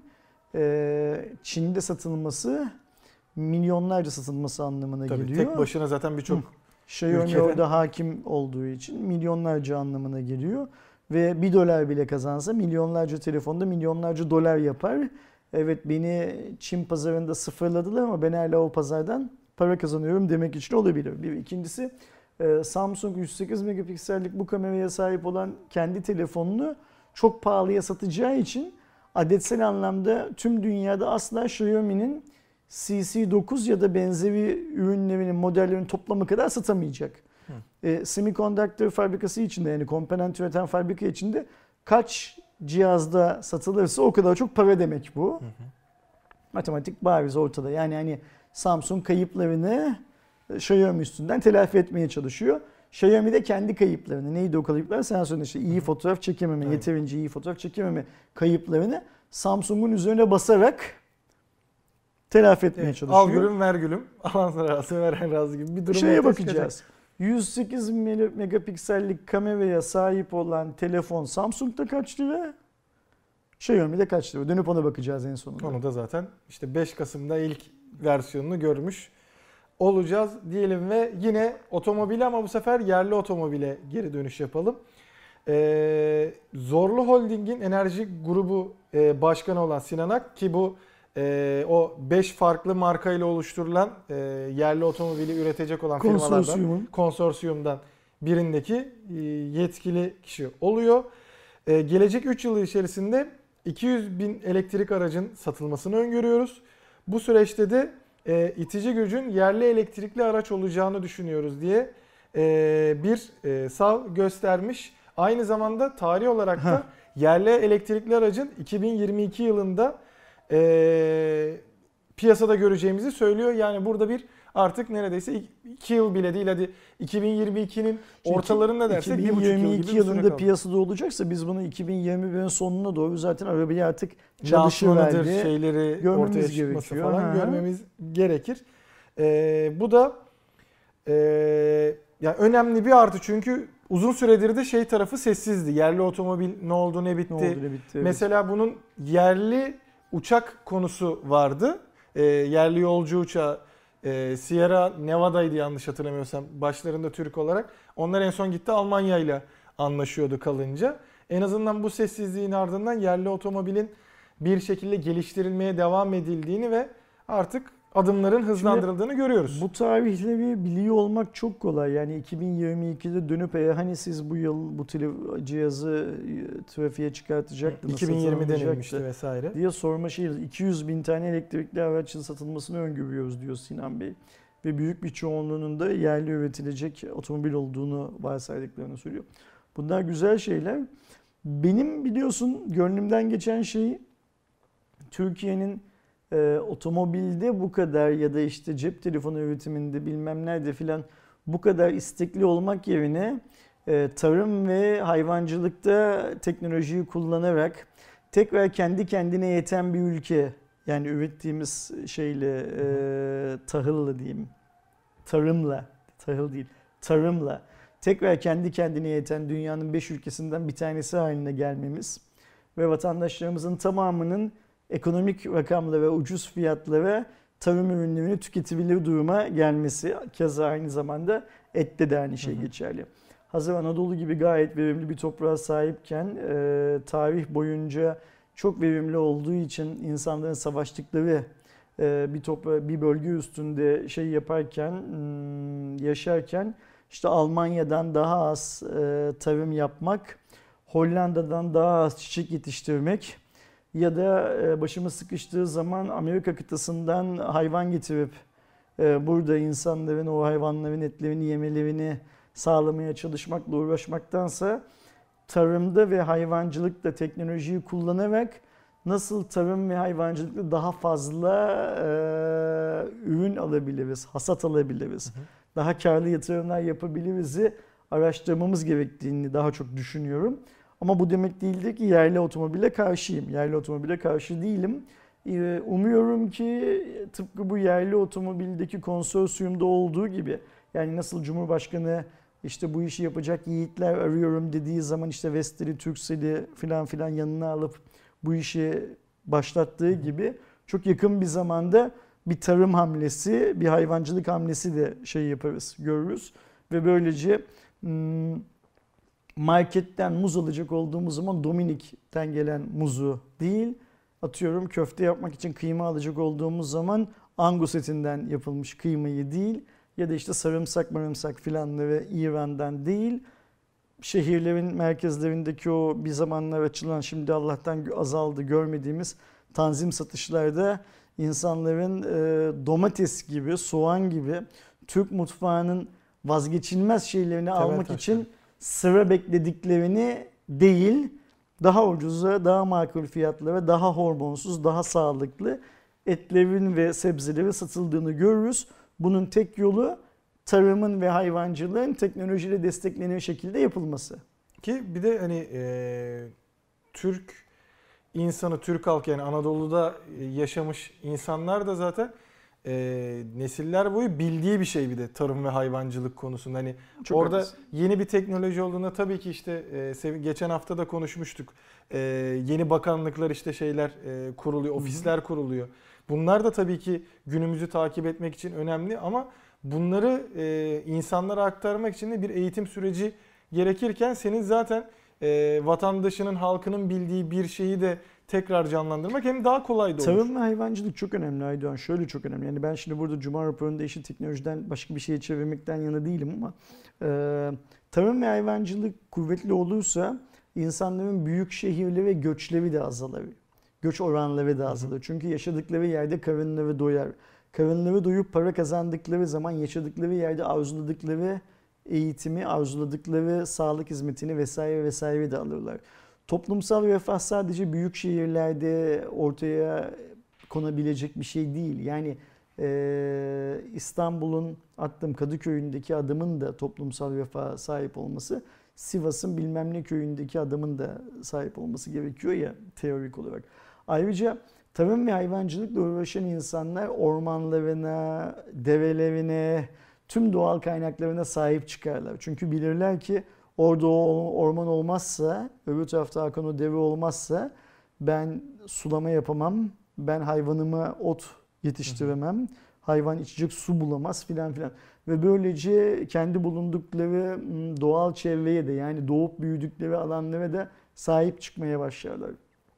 e, Çin'de satılması milyonlarca satılması anlamına Tabii, geliyor. tek başına zaten birçok Xiaomi ülkede orada hakim olduğu için milyonlarca anlamına geliyor. Ve bir dolar bile kazansa milyonlarca telefonda milyonlarca dolar yapar. Evet beni Çin pazarında sıfırladılar ama ben hala o pazardan para kazanıyorum demek için olabilir. Bir ikincisi Samsung yüz sekiz megapiksellik bu kameraya sahip olan kendi telefonunu çok pahalıya satacağı için adetsel anlamda tüm dünyada asla Xiaomi'nin C C dokuz ya da benzeri ürünlerinin modellerinin toplamı kadar satamayacak. E, semiconductor fabrikası içinde yani komponent üreten fabrika içinde kaç cihazda satılırsa o kadar çok para demek bu. Hı hı. Matematik bariz ortada. Yani hani Samsung kayıplarını Xiaomi üstünden telafi etmeye çalışıyor. Xiaomi de kendi kayıplarını, neydi o kayıplar? Sen söyle işte iyi fotoğraf çekememe, evet. yeterince iyi fotoğraf çekememe kayıplarını Samsung'un üzerine basarak telafi etmeye evet, çalışıyor. Al gülüm ver gülüm, alan razı veren razı gibi bir durum. Şeye bakacağız. yüz sekiz megapiksellik kameraya sahip olan telefon Samsung'da kaç lira? Xiaomi'de kaç lira? Dönüp ona bakacağız en sonunda. Onu da zaten işte beş Kasım'da ilk versiyonunu görmüş olacağız diyelim ve yine otomobile ama bu sefer yerli otomobile geri dönüş yapalım. Ee, Zorlu Holding'in enerji grubu e, başkanı olan Sinan Ak ki bu e, o beş farklı markayla oluşturulan e, yerli otomobili üretecek olan firmalardan, konsorsiyumdan birindeki e, yetkili kişi oluyor. E, gelecek üç yıl içerisinde iki yüz bin elektrik aracın satılmasını öngörüyoruz. Bu süreçte de e, itici gücün yerli elektrikli araç olacağını düşünüyoruz diye e, bir e, sav göstermiş. Aynı zamanda tarih olarak da yerli elektrikli aracın iki bin yirmi iki yılında e, piyasada göreceğimizi söylüyor. Yani burada bir artık neredeyse iki yıl bile değil, hadi iki bin yirmi ikinin ortalarında dersek bir buçuk yıl gibi bir süre kaldı. iki bin yirmi iki yılında piyasada olacaksa biz bunu iki bin yirmi birin sonuna doğru zaten arabayı artık çalışıverdi, şeyleri ortaya çıkması falan ha. görmemiz gerekir. Ee, bu da e, yani önemli bir artı çünkü uzun süredir de şey tarafı sessizdi. Yerli otomobil ne oldu ne bitti. Ne oldu, ne bitti evet. Mesela bunun yerli uçak konusu vardı. Ee, yerli yolcu uçağı e, Sierra Nevada'ydı yanlış hatırlamıyorsam başlarında Türk olarak. Onlar en son gitti Almanya ile anlaşıyordu kalınca. En azından bu sessizliğin ardından yerli otomobilin bir şekilde geliştirilmeye devam edildiğini ve artık adımların hızlandırıldığını Şimdi, görüyoruz. Bu tarihleri biliyor olmak çok kolay. Yani iki bin yirmi ikide dönüp eğer hani siz bu yıl bu cihazı trafiğe çıkartacaktınız, iki bin yirmi denilmişti vesaire diye sorma şey. iki yüz bin tane elektrikli araçın satılmasını öngörüyoruz diyor Sinan Bey. Ve büyük bir çoğunluğunun da yerli üretilecek otomobil olduğunu varsaydıklarını söylüyor. Bunlar güzel şeyler. Benim biliyorsun gönlümden geçen şey Türkiye'nin e, otomobilde bu kadar ya da işte cep telefonu üretiminde bilmem nerede filan bu kadar istekli olmak yerine e, tarım ve hayvancılıkta teknolojiyi kullanarak tekrar kendi kendine yeten bir ülke, yani ürettiğimiz şeyle e, tahılla diyeyim, tarımla, tahıl değil, tarımla tekrar kendi kendine yeten dünyanın beş ülkesinden bir tanesi haline gelmemiz ve vatandaşlarımızın tamamının ekonomik rakamla ve ucuz fiyatlara tarım ürünlerini tüketebilir duruma gelmesi. Keza aynı zamanda ette de aynı şey hı hı. geçerli. Hazır Anadolu gibi gayet verimli bir toprağa sahipken e, tarih boyunca çok verimli olduğu için insanların savaştıkları e, bir toprağı, bir bölge üstünde şey yaparken, yaşarken işte Almanya'dan daha az e, tarım yapmak, Hollanda'dan daha az çiçek yetiştirmek ya da e, başımız sıkıştığı zaman Amerika kıtasından hayvan getirip e, burada insanların o hayvanların etlerini yemelerini sağlamaya çalışmakla uğraşmaktansa tarımda ve hayvancılıkta teknolojiyi kullanarak nasıl tarım ve hayvancılıkta daha fazla e, ürün alabiliriz, hasat alabiliriz, hı hı. daha karlı yatırımlar yapabiliriz'i araştırmamız gerektiğini daha çok düşünüyorum. Ama bu demek değildir ki yerli otomobile karşıyım. Yerli otomobile karşı değilim. Umuyorum ki tıpkı bu yerli otomobildeki konsorsiyumda olduğu gibi, yani nasıl Cumhurbaşkanı işte bu işi yapacak yiğitler arıyorum dediği zaman işte Vestel'i, Turkcell'i filan filan yanına alıp bu işi başlattığı gibi çok yakın bir zamanda bir tarım hamlesi, bir hayvancılık hamlesi de şey yaparız, görürüz. Ve böylece marketten muz alacak olduğumuz zaman Dominik'ten gelen muzu değil, atıyorum köfte yapmak için kıyma alacak olduğumuz zaman Angus etinden yapılmış kıymayı değil ya da işte sarımsak marımsak filanları İran'dan değil, şehirlerin merkezlerindeki o bir zamanlar açılan, şimdi Allah'tan azaldı, görmediğimiz tanzim satışlarda insanların e, domates gibi, soğan gibi Türk mutfağının vazgeçilmez şeylerini Temel almak taşlar. için sıra beklediklerini değil, daha ucuza, daha makul fiyatlara, daha hormonsuz, daha sağlıklı etlerin ve sebzelerin satıldığını görürüz. Bunun tek yolu tarımın ve hayvancılığın teknolojiyle desteklenen şekilde yapılması. Ki bir de hani e, Türk insanı, Türk halkı, yani Anadolu'da yaşamış insanlar da zaten e, nesiller boyu bildiği bir şey bir de tarım ve hayvancılık konusunda. Hani Çok orada haklısın. Yeni bir teknoloji olduğunda tabii ki işte e, geçen hafta da konuşmuştuk. E, yeni bakanlıklar işte şeyler e, kuruluyor, ofisler Hı-hı. kuruluyor. Bunlar da tabii ki günümüzü takip etmek için önemli ama bunları e, insanlara aktarmak için de bir eğitim süreci gerekirken senin zaten e, vatandaşının, halkının bildiği bir şeyi de tekrar canlandırmak hem daha kolay da olur. Tarım ve hayvancılık çok önemli Aydoğan. Şöyle çok önemli. Yani ben şimdi burada Cuma raporunda işi teknolojiden başka bir şeye çevirmekten yana değilim ama e, tarım ve hayvancılık kuvvetli olursa insanların büyük şehirleri ve göçleri de azalır. Göç oranları da azalır. Çünkü yaşadıkları yerde karınları doyar. Karınları doyup para kazandıkları zaman yaşadıkları yerde arzuladıkları eğitimi, arzuladıkları sağlık hizmetini vesaire vesaire de alırlar. Toplumsal refah sadece büyük şehirlerde ortaya konabilecek bir şey değil. Yani e, İstanbul'un attığım Kadıköy'ündeki adamın da toplumsal refaha sahip olması, Sivas'ın bilmem ne köyündeki adamın da sahip olması gerekiyor ya teorik olarak. Ayrıca tarım ve hayvancılıkla uğraşan insanlar ormanlarına, develerine, tüm doğal kaynaklarına sahip çıkarlar. Çünkü bilirler ki orada o orman olmazsa, öbür tarafta akan o deve olmazsa ben sulama yapamam, ben hayvanıma ot yetiştiremem, hı hı. hayvan içecek su bulamaz filan filan. Ve böylece kendi bulundukları doğal çevreye de, yani doğup büyüdükleri alanlara da sahip çıkmaya başlarlar.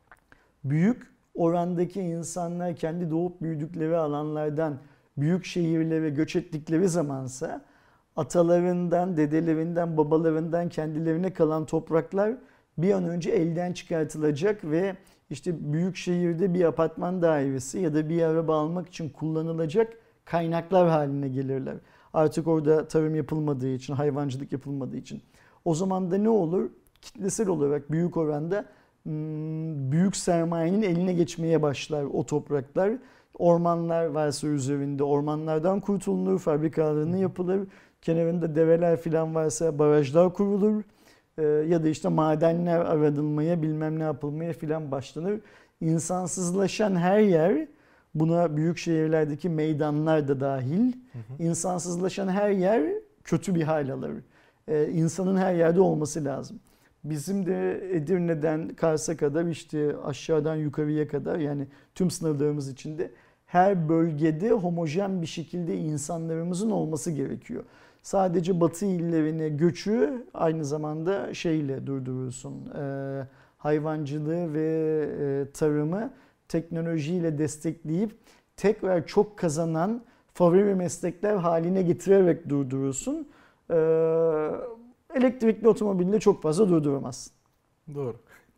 Büyük orandaki insanlar kendi doğup büyüdükleri alanlardan büyük şehirlere göç ettikleri zamansa atalarından, dedelerinden, babalarından kendilerine kalan topraklar bir an önce elden çıkartılacak ve işte büyük şehirde bir apartman dairesi ya da bir araba almak için kullanılacak kaynaklar haline gelirler. Artık orada tarım yapılmadığı için, hayvancılık yapılmadığı için. O zaman da ne olur? Kitlesel olarak büyük oranda büyük sermayenin eline geçmeye başlar o topraklar. Ormanlar varsa üzerinde ormanlardan kurtulunur, fabrikalarını yapılır. Kenarında develer falan varsa barajlar kurulur. Ee, ya da işte madenler aranılmaya, bilmem ne yapılmaya falan başlanır. İnsansızlaşan her yer, buna büyük şehirlerdeki meydanlar da dahil, hı hı. insansızlaşan her yer kötü bir hal alır. Ee, insanın her yerde olması lazım. Bizim de Edirne'den Kars'a kadar, işte aşağıdan yukarıya kadar, yani tüm sınırlarımız içinde her bölgede homojen bir şekilde insanlarımızın olması gerekiyor. Sadece batı illerine göçü aynı zamanda şeyle durdurursun. E, hayvancılığı ve e, tarımı teknolojiyle destekleyip tekrar çok kazanan favori meslekler haline getirerek durdurursun. E, elektrikli otomobille çok fazla durduramazsın. Doğru.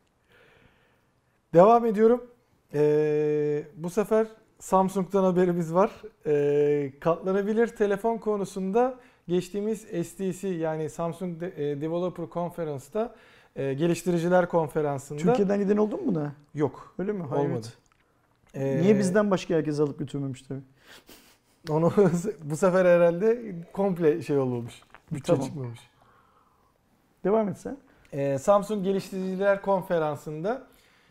Devam ediyorum. Ee, bu sefer Samsung'dan haberimiz var. Ee, katlanabilir telefon konusunda geçtiğimiz S D C, yani Samsung Developer Conference'da, e, geliştiriciler konferansında. Türkiye'den giden oldu mu buna? Yok. Öyle mi? Hayret. Olmadı. Ee, Niye bizden başka herkes alıp götürmemişler? Onu bu sefer herhalde komple şey olmamış. Bütçe tamam. çıkmamış. Devam et sen. Ee, Samsung geliştiriciler konferansında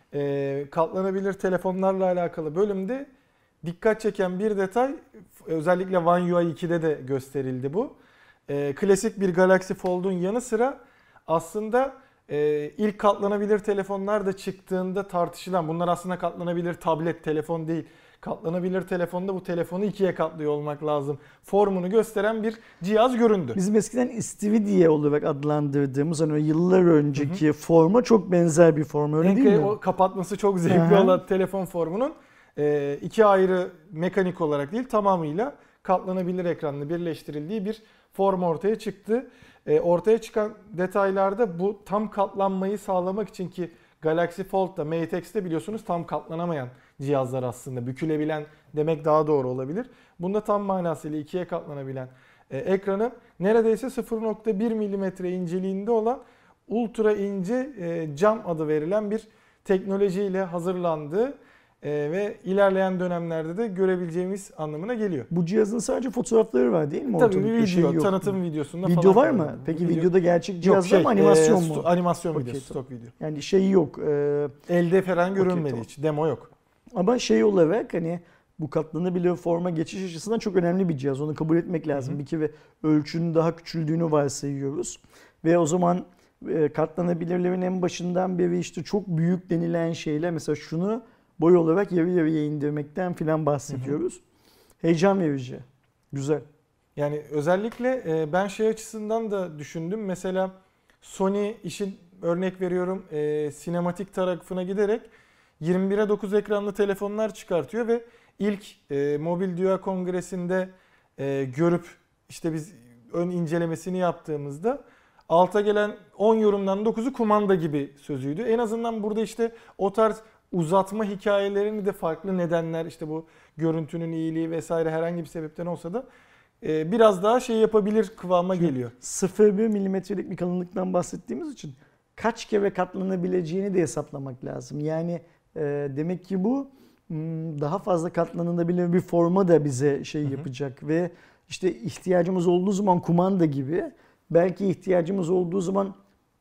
e, katlanabilir telefonlarla alakalı bölümde dikkat çeken bir detay, özellikle One U I iki'de de gösterildi bu. E, klasik bir Galaxy Fold'un yanı sıra aslında e, ilk katlanabilir telefonlar da çıktığında tartışılan, bunlar aslında katlanabilir tablet, telefon değil. Katlanabilir telefonda bu telefonu ikiye katlıyor olmak lazım formunu gösteren bir cihaz göründü. Bizim eskiden istiridye olarak adlandırdığımız, hani yıllar önceki hı hı. forma çok benzer bir form, öyle en değil mi? O kapatması çok zevkli Aha. olan telefon formunun e, iki ayrı mekanik olarak değil, tamamıyla katlanabilir ekranla birleştirildiği bir form ortaya çıktı. E, ortaya çıkan detaylarda bu tam katlanmayı sağlamak için, ki Galaxy Fold'da, Mate X'te biliyorsunuz tam katlanamayan cihazlar aslında. Bükülebilen demek daha doğru olabilir. Bunda tam manasıyla ikiye katlanabilen e, ekranı neredeyse sıfır nokta bir milimetre inceliğinde olan ultra ince e, cam adı verilen bir teknolojiyle hazırlandığı e, ve ilerleyen dönemlerde de görebileceğimiz anlamına geliyor. Bu cihazın sadece fotoğrafları var değil mi? Tabii bir video, şey yok. Tanıtım videosunda video falan. Video var mı? Peki video. Videoda gerçek cihaz yok, şey, var mı, animasyon e, mu? Animasyon okay, videosu, tamam. stok video. Yani şey yok. E, Elde falan görünmedi okay, tamam. hiç, demo yok. Ama şey olarak hani bu katlanabilir forma geçiş açısından çok önemli bir cihaz. Onu kabul etmek lazım. Hı hı. Bir kere ölçünün daha küçüldüğünü varsayıyoruz. Ve o zaman e, katlanabilirlerin en başından beri işte çok büyük denilen şeyler, mesela şunu boy olarak yarı yarıya indirmekten filan bahsediyoruz. Hı hı. Heyecan verici. Güzel. Yani özellikle e, ben şey açısından da düşündüm. Mesela Sony, işin örnek veriyorum e, sinematik tarafına giderek yirmi bire dokuz ekranlı telefonlar çıkartıyor ve ilk e, Mobil Dünya Kongresi'nde e, görüp işte biz ön incelemesini yaptığımızda alta gelen on yorumdan dokuzu kumanda gibi sözüydü. En azından burada işte o tarz uzatma hikayelerini de farklı nedenler, işte bu görüntünün iyiliği vesaire herhangi bir sebepten olsa da e, biraz daha şey yapabilir kıvama Çünkü geliyor. sıfır virgül bir milimetrelik bir kalınlıktan bahsettiğimiz için kaç kere katlanabileceğini de hesaplamak lazım. Yani e, demek ki bu daha fazla katlanabilir bir forma da bize şey yapacak. Hı hı. Ve işte ihtiyacımız olduğu zaman kumanda gibi, belki ihtiyacımız olduğu zaman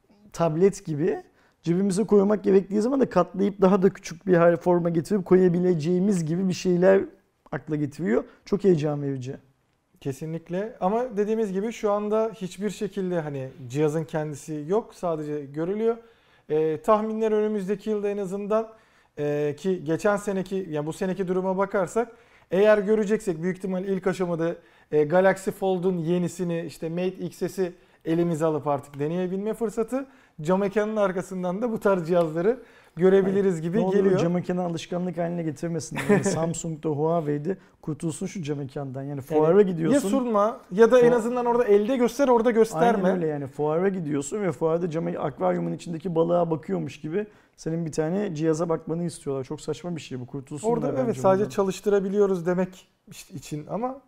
tablet gibi, cebimize koymak gerektiği zaman da katlayıp daha da küçük bir forma getirip koyabileceğimiz gibi bir şeyler akla getiriyor. Çok heyecan verici. Kesinlikle, ama dediğimiz gibi şu anda hiçbir şekilde hani cihazın kendisi yok, sadece görülüyor. Ee, tahminler önümüzdeki yılda en azından e, ki geçen seneki, yani bu seneki duruma bakarsak, eğer göreceksek büyük ihtimal ilk aşamada e, Galaxy Fold'un yenisini, işte Mate X S'i elimize alıp artık deneyebilme fırsatı, cam ekranın arkasından da bu tarz cihazları görebiliriz Hayır, gibi ne geliyor. Olur, cam ekranı alışkanlık haline getirmesin. Yani Samsung'da, Huawei'de kurtulsun şu cam ekrandan. Yani fuara yani gidiyorsun. Ya sunma ya da en azından orada elde göster, orada gösterme. Aynen öyle, yani fuara gidiyorsun ve fuarda cam akvaryumun içindeki balığa bakıyormuş gibi senin bir tane cihaza bakmanı istiyorlar. Çok saçma bir şey bu, kurtulsunlar. Orada evet sadece bundan. Çalıştırabiliyoruz demek için ama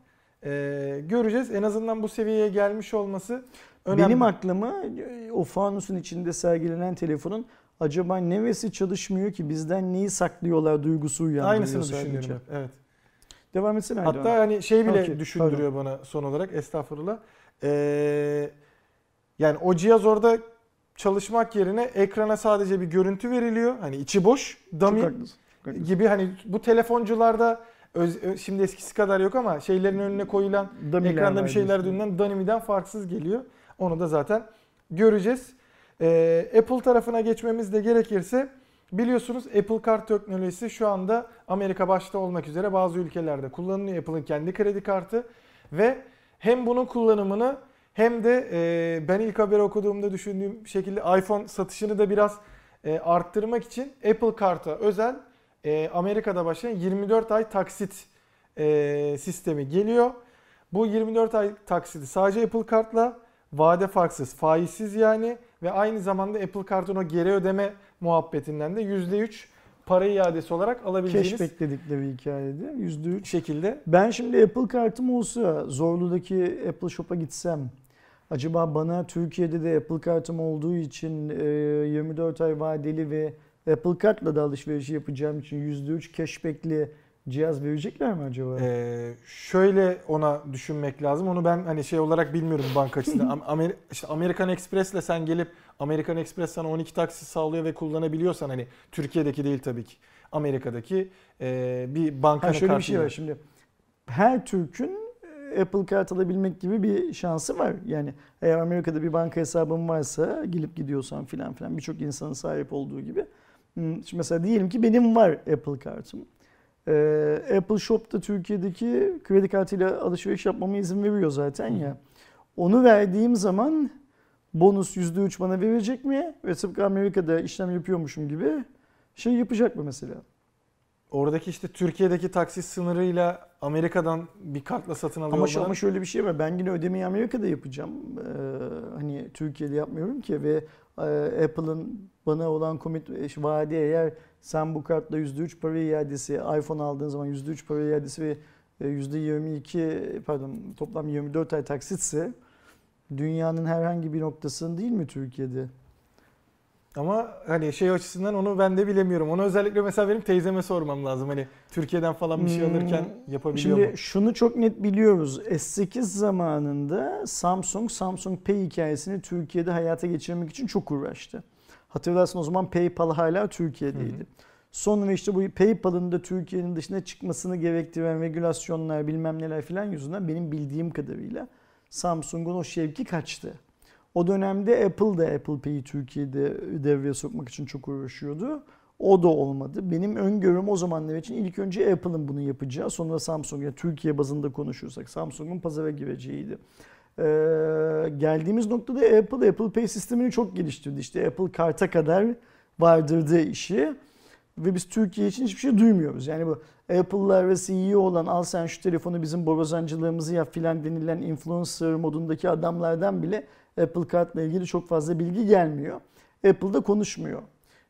e, göreceğiz. En azından bu seviyeye gelmiş olması önemli. Benim aklıma o fanusun içinde sergilenen telefonun acaba neresi çalışmıyor ki bizden neyi saklıyorlar duygusu uyandırıyor. Aynısını sadece. düşünüyorum hep. Evet. Devam etsene Aydoğan. Hatta hani şey bile Okay, düşündürüyor bana son olarak, estağfurullah. Ee, yani o cihaz orada çalışmak yerine ekrana sadece bir görüntü veriliyor. Hani içi boş, dummy Çok haklısın, çok haklısın. gibi, hani bu telefoncularda öz- ö- şimdi eskisi kadar yok ama şeylerin önüne koyulan Dummy'ler ekranda var bir şeyler diyorsun. dönülen dummy'den farksız geliyor. Onu da zaten göreceğiz. Ee, Apple tarafına geçmemiz de gerekirse, biliyorsunuz Apple Kart teknolojisi şu anda Amerika başta olmak üzere bazı ülkelerde kullanılıyor. Apple'ın kendi kredi kartı ve hem bunun kullanımını hem de e, ben ilk haberi okuduğumda düşündüğüm şekilde iPhone satışını da biraz e, arttırmak için Apple Kart'a özel e, Amerika'da başlayan yirmi dört ay taksit e, sistemi geliyor. Bu yirmi dört ay taksiti sadece Apple Kart'la, vade farksız, faizsiz yani, ve aynı zamanda Apple Kart'ın o geri ödeme muhabbetinden de yüzde üç para iadesi olarak alabileceğiniz Cashback dedikleri hikayede yüzde üç. şekilde. Ben şimdi Apple kartım olsa Zorlu'daki Apple Shop'a gitsem, acaba bana Türkiye'de de Apple kartım olduğu için e, yirmi dört ay vadeli ve Apple kartla da alışveriş yapacağım için yüzde üç cashback'li cihaz verecekler mi acaba? Ee, şöyle ona düşünmek lazım. Onu ben hani şey olarak bilmiyorum banka açısından. Am- Amer- işte American Express'le sen gelip American Express sana on iki taksit sağlıyor ve kullanabiliyorsan, hani Türkiye'deki değil tabii ki, Amerika'daki e, bir bankanın Ha şöyle bir kartıyla. şey var şimdi. Her Türk'ün Apple kart alabilmek gibi bir şansı var. Yani eğer Amerika'da bir banka hesabın varsa, gelip gidiyorsan filan filan, birçok insanın sahip olduğu gibi. Hmm, Şimdi mesela diyelim ki benim var Apple kartım. Ee, Apple Shop'ta Türkiye'deki kredi kartıyla alışveriş yapmama izin veriyor zaten ya. Onu verdiğim zaman bonus yüzde üç bana verecek mi? Ve tıpkı Amerika'da işlem yapıyormuşum gibi şey yapacak mı mesela? Oradaki işte Türkiye'deki taksit sınırıyla Amerika'dan bir kartla satın alıyor Ama, şu, olmanın- ama şöyle bir şey var. Ben yine ödemeyi Amerika'da yapacağım. Ee, hani Türkiye'de yapmıyorum ki ve e, Apple'ın bana olan komit e, vaadi, eğer sen bu kartla yüzde üç para iadesi, iPhone aldığın zaman yüzde üç para iadesi ve e, yüzde yirmi iki, pardon toplam yirmi dört ay taksitse, dünyanın herhangi bir noktasında değil mi Türkiye'de? Ama hani şey açısından onu ben de bilemiyorum. Onu özellikle mesela benim teyzeme sormam lazım. Hani Türkiye'den falan bir şey Hmm, alırken yapabiliyor Şimdi mu? şunu çok net biliyoruz. S sekiz zamanında Samsung, Samsung Pay hikayesini Türkiye'de hayata geçirmek için çok uğraştı. Hatırlarsın, o zaman PayPal hala Türkiye'deydi. Hı hı. Sonra işte bu PayPal'ın da Türkiye'nin dışına çıkmasını gerektiren regülasyonlar bilmem neler filan yüzünden benim bildiğim kadarıyla Samsung'un o şevki kaçtı. O dönemde Apple da Apple Pay'i Türkiye'de devreye sokmak için çok uğraşıyordu. O da olmadı. Benim öngörüm o zamanlar için ilk önce Apple'ın bunu yapacağı, sonra Samsung, yani Türkiye bazında konuşursak Samsung'un pazara gireceğiydi. Ee, geldiğimiz noktada Apple, Apple Pay sistemini çok geliştirdi. İşte Apple Kart'a kadar vardırdı işi. Ve biz Türkiye için hiçbir şey duymuyoruz. Yani bu Apple'lar ve C E O olan, al sen şu telefonu bizim borazancılığımızı yap filan denilen influencer modundaki adamlardan bile Apple Kart'la ilgili çok fazla bilgi gelmiyor. Apple'da konuşmuyor.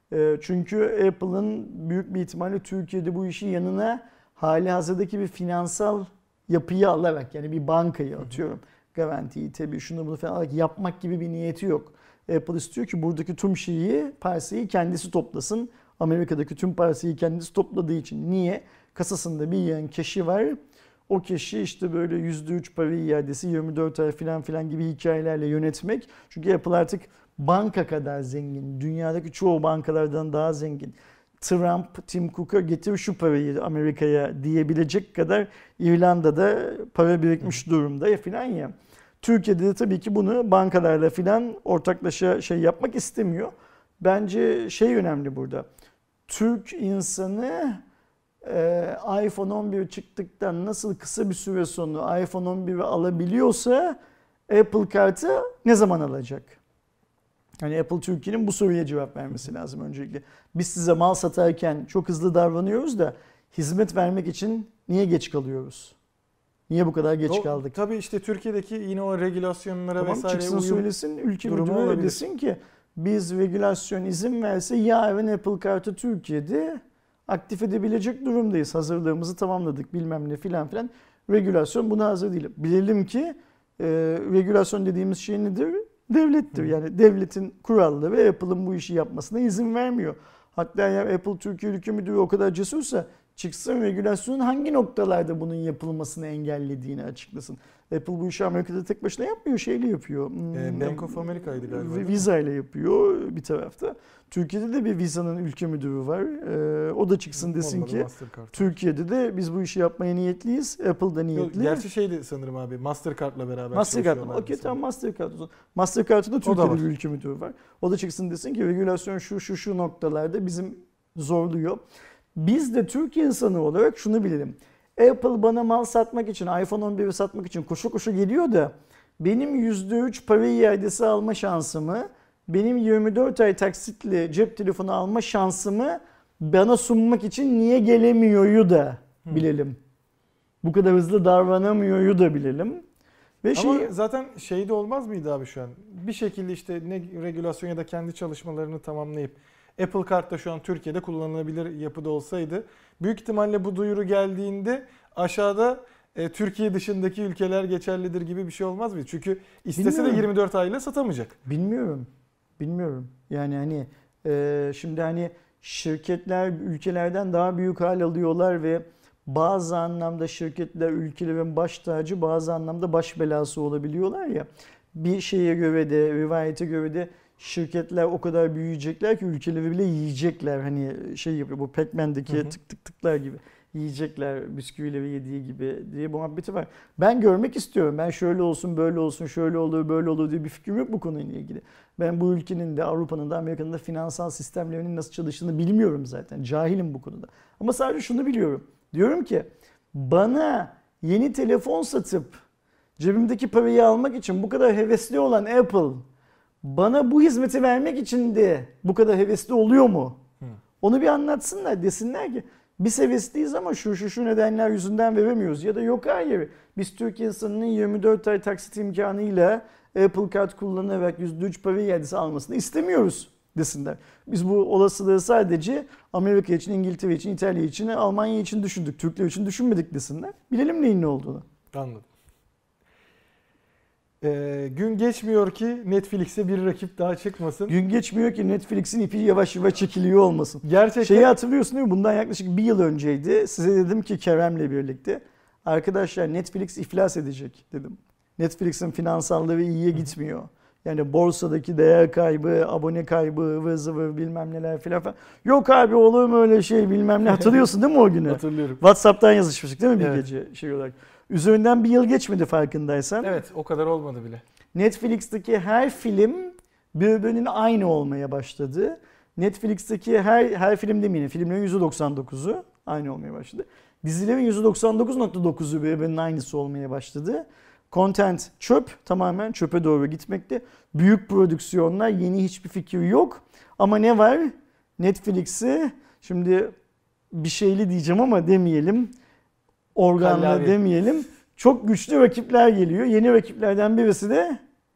Çünkü Apple'ın büyük bir ihtimalle Türkiye'de bu işi yanına hali hazırdaki bir finansal yapıyı alarak, yani bir bankayı atıyorum, garantiyi, tabii şunu bunu falan alarak yapmak gibi bir niyeti yok. Apple istiyor ki buradaki tüm şeyi, parçayı kendisi toplasın. Amerika'daki tüm parçayı kendisi topladığı için. Niye? Kasasında bir yığın keşi var. O keşi işte böyle yüzde üç para iadesi, yirmi dört ay filan filan gibi hikayelerle yönetmek. Çünkü Apple artık banka kadar zengin. Dünyadaki çoğu bankalardan daha zengin. Trump, Tim Cook'a getir şu parayı Amerika'ya diyebilecek kadar İrlanda'da para birikmiş durumda ya filan ya. Türkiye'de de tabii ki bunu bankalarla filan ortaklaşa şey yapmak istemiyor. Bence şey önemli burada. Türk insanı e, iPhone on bir çıktıktan nasıl kısa bir süre sonra iPhone on biri alabiliyorsa Apple kartı ne zaman alacak? Yani Apple Türkiye'nin bu soruya cevap vermesi lazım öncelikle. Biz size mal satarken çok hızlı davranıyoruz da hizmet vermek için niye geç kalıyoruz? Niye bu kadar geç O, kaldık? Tabii işte Türkiye'deki yine o regülasyonlara Tamam, vesaire çıksın uyum söylesin, ülke durumu müdürü olabilir. desin ki biz regülasyon izin verse yarın Apple kartı Türkiye'de aktif edebilecek durumdayız. Hazırlığımızı tamamladık bilmem ne filan filan. Regülasyon buna hazır değil. Bilelim ki e, regülasyon dediğimiz şey nedir? devlettir. Yani devletin kuralları ve Apple'ın bu işi yapmasına izin vermiyor. Hatta ya Apple Türkiye Ülke Müdürü o kadar cesursa çıksın regülasyonun hangi noktalarda bunun yapılmasını engellediğini açıklasın. Apple bu işi Amerika'da tek başına yapmıyor, şeyle yapıyor. E, Bank of America'ydı galiba. Visa ile yapıyor bir tarafta. Türkiye'de de bir Visa'nın ülke müdürü var. Ee, o da çıksın desin Olmadı, ki Mastercard. Türkiye'de de biz bu işi yapmaya niyetliyiz. Apple'da niyetli. Yok, gerçi şeydi sanırım abi, Mastercard'la beraber Mastercard. çalışıyorlardı Okey, sanırım. tamam, Mastercard. Mastercard'da da Türkiye'de var. bir ülke müdürü var. O da çıksın desin ki regülasyon şu şu şu noktalarda bizim zorluyor. Biz de Türk insanı olarak şunu bilelim. Apple bana mal satmak için, iPhone on biri satmak için koşu koşu geliyor da benim yüzde üç para iadesi alma şansımı, benim yirmi dört ay taksitli cep telefonu alma şansımı bana sunmak için niye gelemiyoryu da bilelim. Bu kadar hızlı davranamıyoryu da bilelim. Ve Ama şey, zaten şey de olmaz mıydı abi şu an? Bir şekilde işte ne regülasyon ya da kendi çalışmalarını tamamlayıp Apple Card da şu an Türkiye'de kullanılabilir yapıda olsaydı büyük ihtimalle bu duyuru geldiğinde aşağıda e, Türkiye dışındaki ülkeler geçerlidir gibi bir şey olmaz mıydı? Çünkü istese Bilmiyorum. de yirmi dört ayla satamayacak. bilmiyorum. Bilmiyorum. Yani hani e, şimdi hani şirketler ülkelerden daha büyük hal alıyorlar ve bazı anlamda şirketler ülkelerin baş tacı, bazı anlamda baş belası olabiliyorlar ya. Bir şeye göre de, rivayete göre de şirketler o kadar büyüyecekler ki ülkeleri bile yiyecekler. Hani şey yapıyor, bu Pac-Man'deki Hı hı. tık tık tıklar gibi. Yiyecekler bisküvileri yediği gibi diye muhabbeti var. Ben görmek istiyorum. Ben şöyle olsun, böyle olsun, şöyle olur, böyle olur diye bir fikrim yok bu konuyla ilgili. Ben bu ülkenin de, Avrupa'nın da, Amerika'nın da finansal sistemlerinin nasıl çalıştığını bilmiyorum zaten. Cahilim bu konuda. Ama sadece şunu biliyorum. Diyorum ki bana yeni telefon satıp cebimdeki parayı almak için bu kadar hevesli olan Apple bana bu hizmeti vermek için de bu kadar hevesli oluyor mu? Hı. Onu bir anlatsınlar, desinler ki biz hevesliyiz ama şu şu şu nedenler yüzünden veremiyoruz. Ya da yok hayır, biz Türk insanının yirmi dört ay taksit imkanıyla Apple Card kullanarak yüzde üç para iadesi almasını istemiyoruz desinler. Biz bu olasılığı sadece Amerika için, İngiltere için, İtalya için, Almanya için düşündük. Türkler için düşünmedik desinler. Bilelim neyin ne olduğunu. Anladım. Ee, gün geçmiyor ki Netflix'e bir rakip daha çıkmasın. Gün geçmiyor ki Netflix'in ipi yavaş yavaş çekiliyor olmasın. Gerçekten Şeyi hatırlıyorsun değil mi? Bundan yaklaşık bir yıl önceydi. Size dedim ki Kerem'le birlikte. Arkadaşlar Netflix iflas edecek dedim. Netflix'in finansalları iyiye gitmiyor. Yani borsadaki değer kaybı, abone kaybı, ıvır zıvır bilmem neler filan falan. Yok abi olur mu öyle şey bilmem ne. Hatırlıyorsun değil mi o günü? hatırlıyorum. WhatsApp'tan yazışmıştık değil mi bir Evet. gece şey olarak. Üzerinden bir yıl geçmedi farkındaysan. Evet, o kadar olmadı bile. Netflix'teki her film birbirinin aynı olmaya başladı. Netflix'teki her her film demeyelim, filmlerin yüzde doksan dokuzu aynı olmaya başladı. Dizilerin yüzde doksan dokuz nokta dokuzu birbirinin aynısı olmaya başladı. Content çöp, tamamen çöpe doğru gitmekte. Büyük prodüksiyonlar, yeni hiçbir fikir yok. Ama ne var? Netflix'i şimdi bir şeyli diyeceğim ama demeyelim. Organlı Kallavi. demeyelim. Çok güçlü rakipler geliyor. Yeni rakiplerden birisi de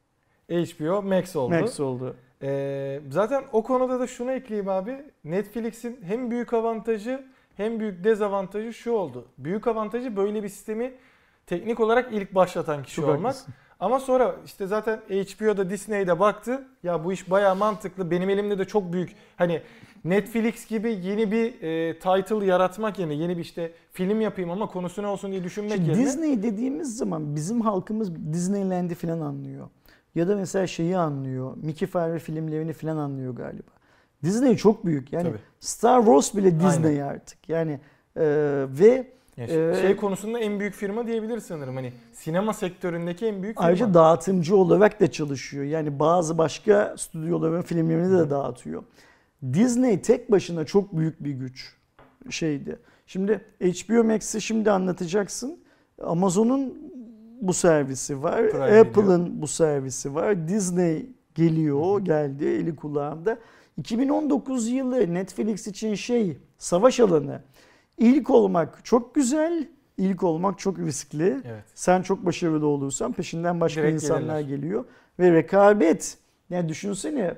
H B O Max oldu. Max oldu. Ee, zaten o konuda da şunu ekleyeyim abi. Netflix'in hem büyük avantajı hem büyük dezavantajı şu oldu. Büyük avantajı böyle bir sistemi teknik olarak ilk başlatan kişi Çok olmak. haklısın. Ama sonra işte zaten H B O'da Disney'de baktı. Ya bu iş bayağı mantıklı. Benim elimde de çok büyük hani Netflix gibi yeni bir e, title yaratmak yerine yeni bir işte film yapayım ama konusu ne olsun diye düşünmek Şimdi yerine. Disney dediğimiz zaman bizim halkımız Disneyland'i falan anlıyor. Ya da mesela şeyi anlıyor. Mickey Fare filmlerini falan anlıyor galiba. Disney çok büyük. Yani Tabii. Star Wars bile Disney Aynen. artık. Yani e, ve Yani şey, Ee, şey konusunda en büyük firma diyebiliriz sanırım. Hani sinema sektöründeki en büyük firma. ayrıca dağıtımcı olarak da çalışıyor. Yani bazı başka stüdyoların filmlerini de dağıtıyor. Disney tek başına çok büyük bir güç şeydi. Şimdi H B O Max'i şimdi anlatacaksın. Amazon'un bu servisi var. Prime Apple'ın bu servisi var. Disney geliyor, geldi eli kulağında. iki bin on dokuz yılı Netflix için şey, savaş alanı. İlk olmak çok güzel, ilk olmak çok riskli. Evet. Sen çok başarılı olursan peşinden başka Direkt insanlar gelirler. geliyor. Ve rekabet. Yani düşünsene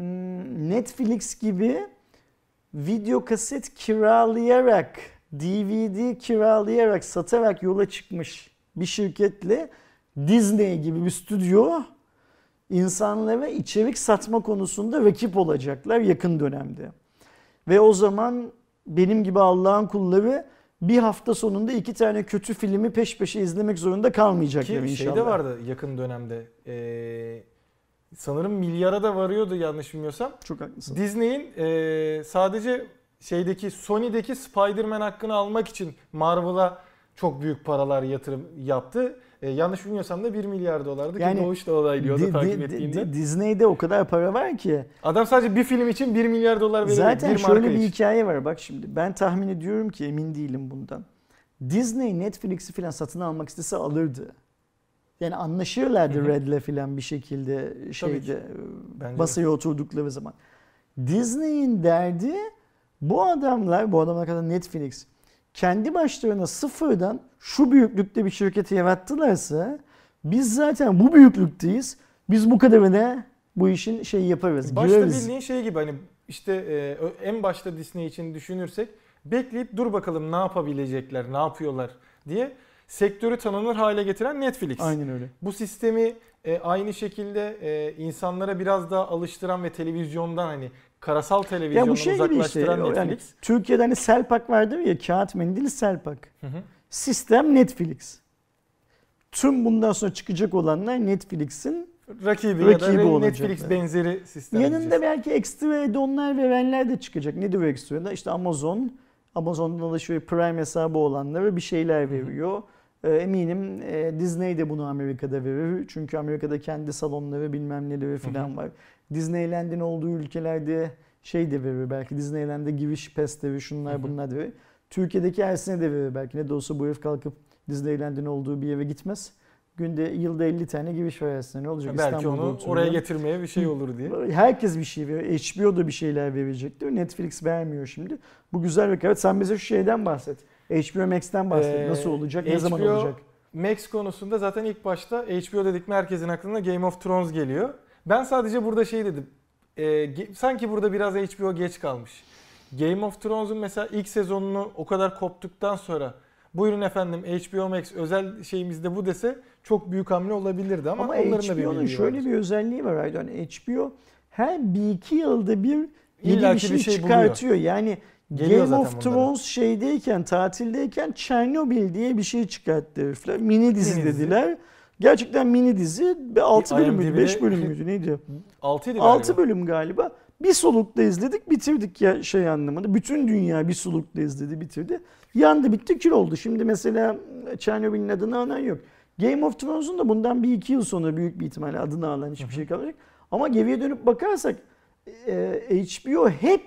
Netflix gibi video kaset kiralayarak, D V D kiralayarak, satarak yola çıkmış bir şirketle Disney gibi bir stüdyo insanlara içerik satma konusunda rakip olacaklar yakın dönemde. Ve o zaman benim gibi Allah'ın kulları bir hafta sonunda iki tane kötü filmi peş peşe izlemek zorunda kalmayacaklar Ki inşallah. şey de vardı yakın dönemde. Ee, sanırım milyara da varıyordu yanlış bilmiyorsam. Çok haklısın. Disney'in e, sadece şeydeki Sony'deki Spider-Man hakkını almak için Marvel'a çok büyük paralar yatırım yaptı. E, yanlış bilmiyorsam da bir milyar dolardı Yani ki Doğuş da odaylıyordu Di- takip di- ettiğinde. di- Disney'de o kadar para var ki. Adam sadece bir film için bir milyar dolar veriyor. Zaten bir marka şöyle bir için. hikaye var bak şimdi. Ben tahmin ediyorum ki emin değilim bundan. Disney Netflix'i falan satın almak istese alırdı. Yani anlaşırlardı Hı hı. Red'le falan bir şekilde şeyde Bence basaya oturdukları zaman. Disney'in derdi bu adamlar, bu adamlar kadar Netflix kendi başlarına sıfırdan şu büyüklükte bir şirketi yarattılarsa biz zaten bu büyüklükteyiz. Biz bu kadarına bu işin şeyi yaparız. Başta gireriz. bildiğin şey gibi hani işte e, ö- en başta Disney için düşünürsek bekleyip dur bakalım ne yapabilecekler, ne yapıyorlar diye sektörü tanınır hale getiren Netflix. Aynen öyle. Bu sistemi e, aynı şekilde e, insanlara biraz daha alıştıran ve televizyondan hani karasal Ya televizyondan bu şey gibi işte. uzaklaştıran Yani Netflix. Türkiye'de hani Selpak vardır ya, kağıt mendil Selpak. Hı hı. Sistem Netflix. Tüm bundan sonra çıkacak olanlar Netflix'in Rakibi, Rakibi ya da olacaklar. Netflix benzeri sistem. yanında diyeceğiz. belki ekstra add-on'lar verenler de çıkacak. Nedir o ekstra? İşte Amazon. Amazon'da da şöyle Prime hesabı olanlara bir şeyler veriyor. Ee, Eminim e, Disney de bunu Amerika'da verir. Çünkü Amerika'da kendi salonları bilmem neleri falan var. Disneyland'in olduğu ülkelerde şey de verir belki. Disneyland'e giriş pesleri şunlar Hı hı. bunlar da verir. Türkiye'deki her sene de verir belki. Ne de olsa bu herif kalkıp Disneyland'in olduğu bir yere gitmez. Günde yılda elli tane giriş var her sene. Ne olacak? Belki İstanbul'da onu oturuyor. oraya getirmeye bir şey olur diye. Herkes bir şey veriyor. H B O da bir şeyler verecektir. Netflix vermiyor şimdi. Bu güzel bir rekabet. Sen bize şu şeyden bahset. H B O Max'ten bahset. Ee, Nasıl olacak? Ne H B O zaman olacak? Max konusunda zaten ilk başta H B O dedik mi herkesin aklına Game of Thrones geliyor. Ben sadece burada şey dedim. E, ge- sanki burada biraz H B O geç kalmış. Game of Thrones'un mesela ilk sezonunu o kadar koptuktan sonra buyurun efendim H B O Max özel şeyimizde bu dese çok büyük hamle olabilirdi ama, Ama onların da bir H B O'nun bildiği şöyle vardır. bir özelliği var Aydan. H B O her bir iki yılda bir yeni İlla bir ki şey, bir şey çıkartıyor. Yani Geliyor Game zaten of bunlara. Thrones şeydeyken, tatildeyken Chernobyl diye bir şey çıkarttı herifler. Mini dizi Mini dizi. dediler. Gerçekten mini dizi. altı bölüm müydü? IMDb'de beş bölüm müydü? Neydi? altıydı galiba. altı bölüm galiba. Bir solukta izledik, bitirdik ya şey anlamında. Bütün dünya bir solukta izledi, bitirdi. Yandı bitti, kül oldu. Şimdi mesela Chernobyl'in adını alan yok. Game of Thrones'un da bundan bir iki yıl sonra büyük bir ihtimalle adını alan hiçbir şey kalmayacak. Ama geriye dönüp bakarsak e, H B O hep,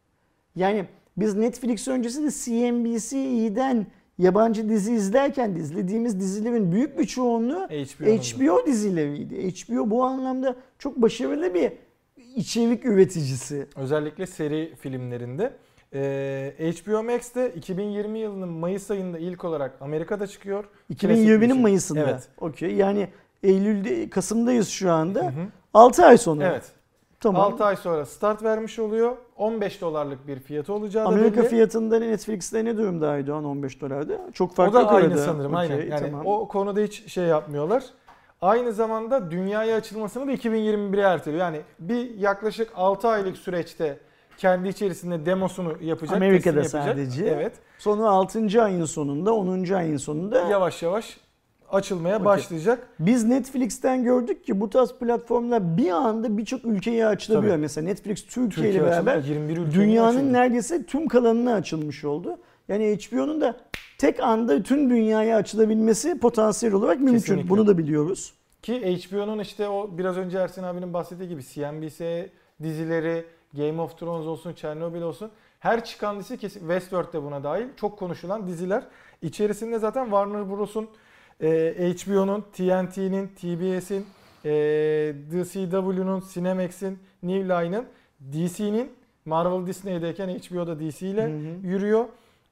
yani biz Netflix öncesi de C N B C'den yabancı dizi izlerken de izlediğimiz dizilerin büyük bir çoğunluğu H B O'nun H B O dizileriydi. H B O bu anlamda çok başarılı bir içerik üreticisi. Özellikle seri filmlerinde. Ee, H B O Max de iki bin yirmi yılının Mayıs ayında ilk olarak Amerika'da çıkıyor. iki bin Klasik bir yirminin şey. Mayıs'ında. Evet. Okey. Yani Eylül'de, Kasım'dayız şu anda. Hı hı. altı ay sonra. Evet. Tamam. altı ay sonra start vermiş oluyor. on beş dolarlık bir fiyatı olacağı da Amerika belli. fiyatında Netflix'te ne durumda Aydoğan on beş dolarda? Çok O farklı da aynı arada. sanırım. Okey, Aynen. Yani tamam. o konuda hiç şey yapmıyorlar. Aynı zamanda dünyaya açılmasını da iki bin yirmi bire erteliyor. Yani bir yaklaşık altı aylık süreçte kendi içerisinde demosunu yapacak. Amerika'da testini yapacak. sadece. Evet. Sonra altıncı ayın sonunda, onuncu ayın sonunda Yavaş yavaş açılmaya Okey. başlayacak. biz Netflix'ten gördük ki bu tarz platformlar bir anda birçok ülkeye açılabiliyor. Tabii. Mesela Netflix Türkiye, ile Türkiye beraber açıldı, yirmi bir ülkenin dünyanın açıldı. neredeyse tüm kalanına açılmış oldu. Yani H B O'nun da tek anda tüm dünyaya açılabilmesi potansiyel olarak mümkün. Kesinlikle. Bunu da biliyoruz. Ki H B O'nun işte o biraz önce Ersin abinin bahsettiği gibi C N B C dizileri, Game of Thrones olsun, Chernobyl olsun her çıkan dizi kesin Westworld de buna dahil çok konuşulan diziler. İçerisinde zaten Warner Bros'un, e, H B O'nun, T N T'nin, T B S'in, e, D C W'nun, Cinemax'in, New Line'ın, D C'nin, Marvel Disney'deyken H B O'da D C ile Hı hı. yürüyor.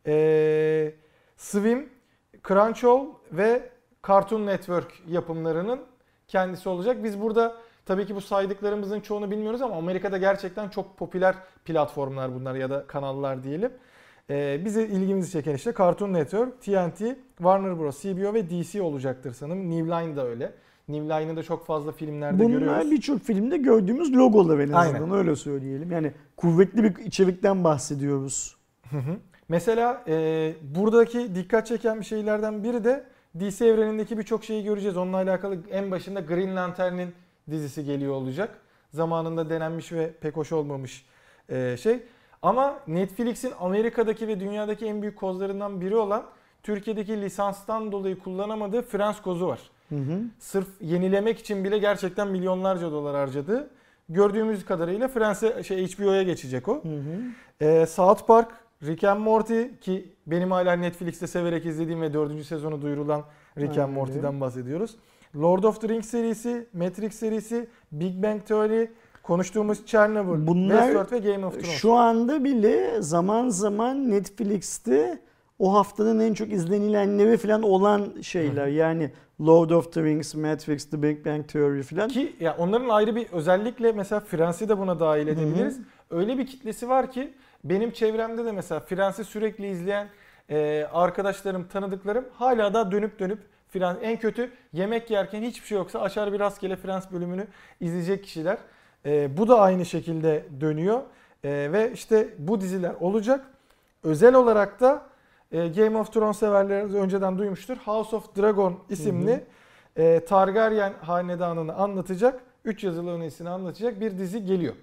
E, Swim, Crunchyroll ve Cartoon Network yapımlarının kendisi olacak. Biz burada tabii ki bu saydıklarımızın çoğunu bilmiyoruz ama Amerika'da gerçekten çok popüler platformlar bunlar ya da kanallar diyelim. Ee, bizi ilgimizi çeken işte Cartoon Network, T N T, Warner Bros, C B O ve D C olacaktır sanırım. New Line da öyle. New Line'ı da çok fazla filmlerde Bunlar görüyoruz. Bunlar birçok filmde gördüğümüz logolar en azından. Aynen. Öyle söyleyelim. Yani kuvvetli bir içerikten bahsediyoruz. Hı hı. Mesela e, buradaki dikkat çeken bir şeylerden biri de D C evrenindeki birçok şeyi göreceğiz. Onunla alakalı en başında Green Lantern'in dizisi geliyor olacak. Zamanında denenmiş ve pek hoş olmamış e, şey. Ama Netflix'in Amerika'daki ve dünyadaki en büyük kozlarından biri olan Türkiye'deki lisanstan dolayı kullanamadığı Frans kozu var. Hı hı. Sırf yenilemek için bile gerçekten milyonlarca dolar harcadı. Gördüğümüz kadarıyla Fransa şey H B O'ya geçecek o. Hı hı. Ee, South Park, Rick and Morty ki benim hala Netflix'te severek izlediğim ve dördüncü sezonu duyurulan Rick and Morty'den bahsediyoruz. Lord of the Rings serisi, Matrix serisi, Big Bang Theory, konuştuğumuz Chernobyl, Bunlar Westworld ve Game of Thrones. Şu anda bile zaman zaman Netflix'te o haftanın en çok izlenilenleri falan olan şeyler. Hı. Yani Lord of the Rings, Matrix, The Big Bang Theory falan. Ki ya onların ayrı bir özellikle mesela Fransa'yı da buna dahil edebiliriz. Hı hı. Öyle bir kitlesi var ki benim çevremde de mesela Fransa'yı sürekli izleyen e, arkadaşlarım, tanıdıklarım hala da dönüp dönüp Frans, en kötü yemek yerken hiçbir şey yoksa açar bir rastgele Frans bölümünü izleyecek kişiler. E, bu da aynı şekilde dönüyor e, ve işte bu diziler olacak. Özel olarak da e, Game of Thrones severler önceden duymuştur. House of Dragon isimli hı hı. E, Targaryen hanedanını anlatacak, üç yazılı önesini anlatacak bir dizi geliyor.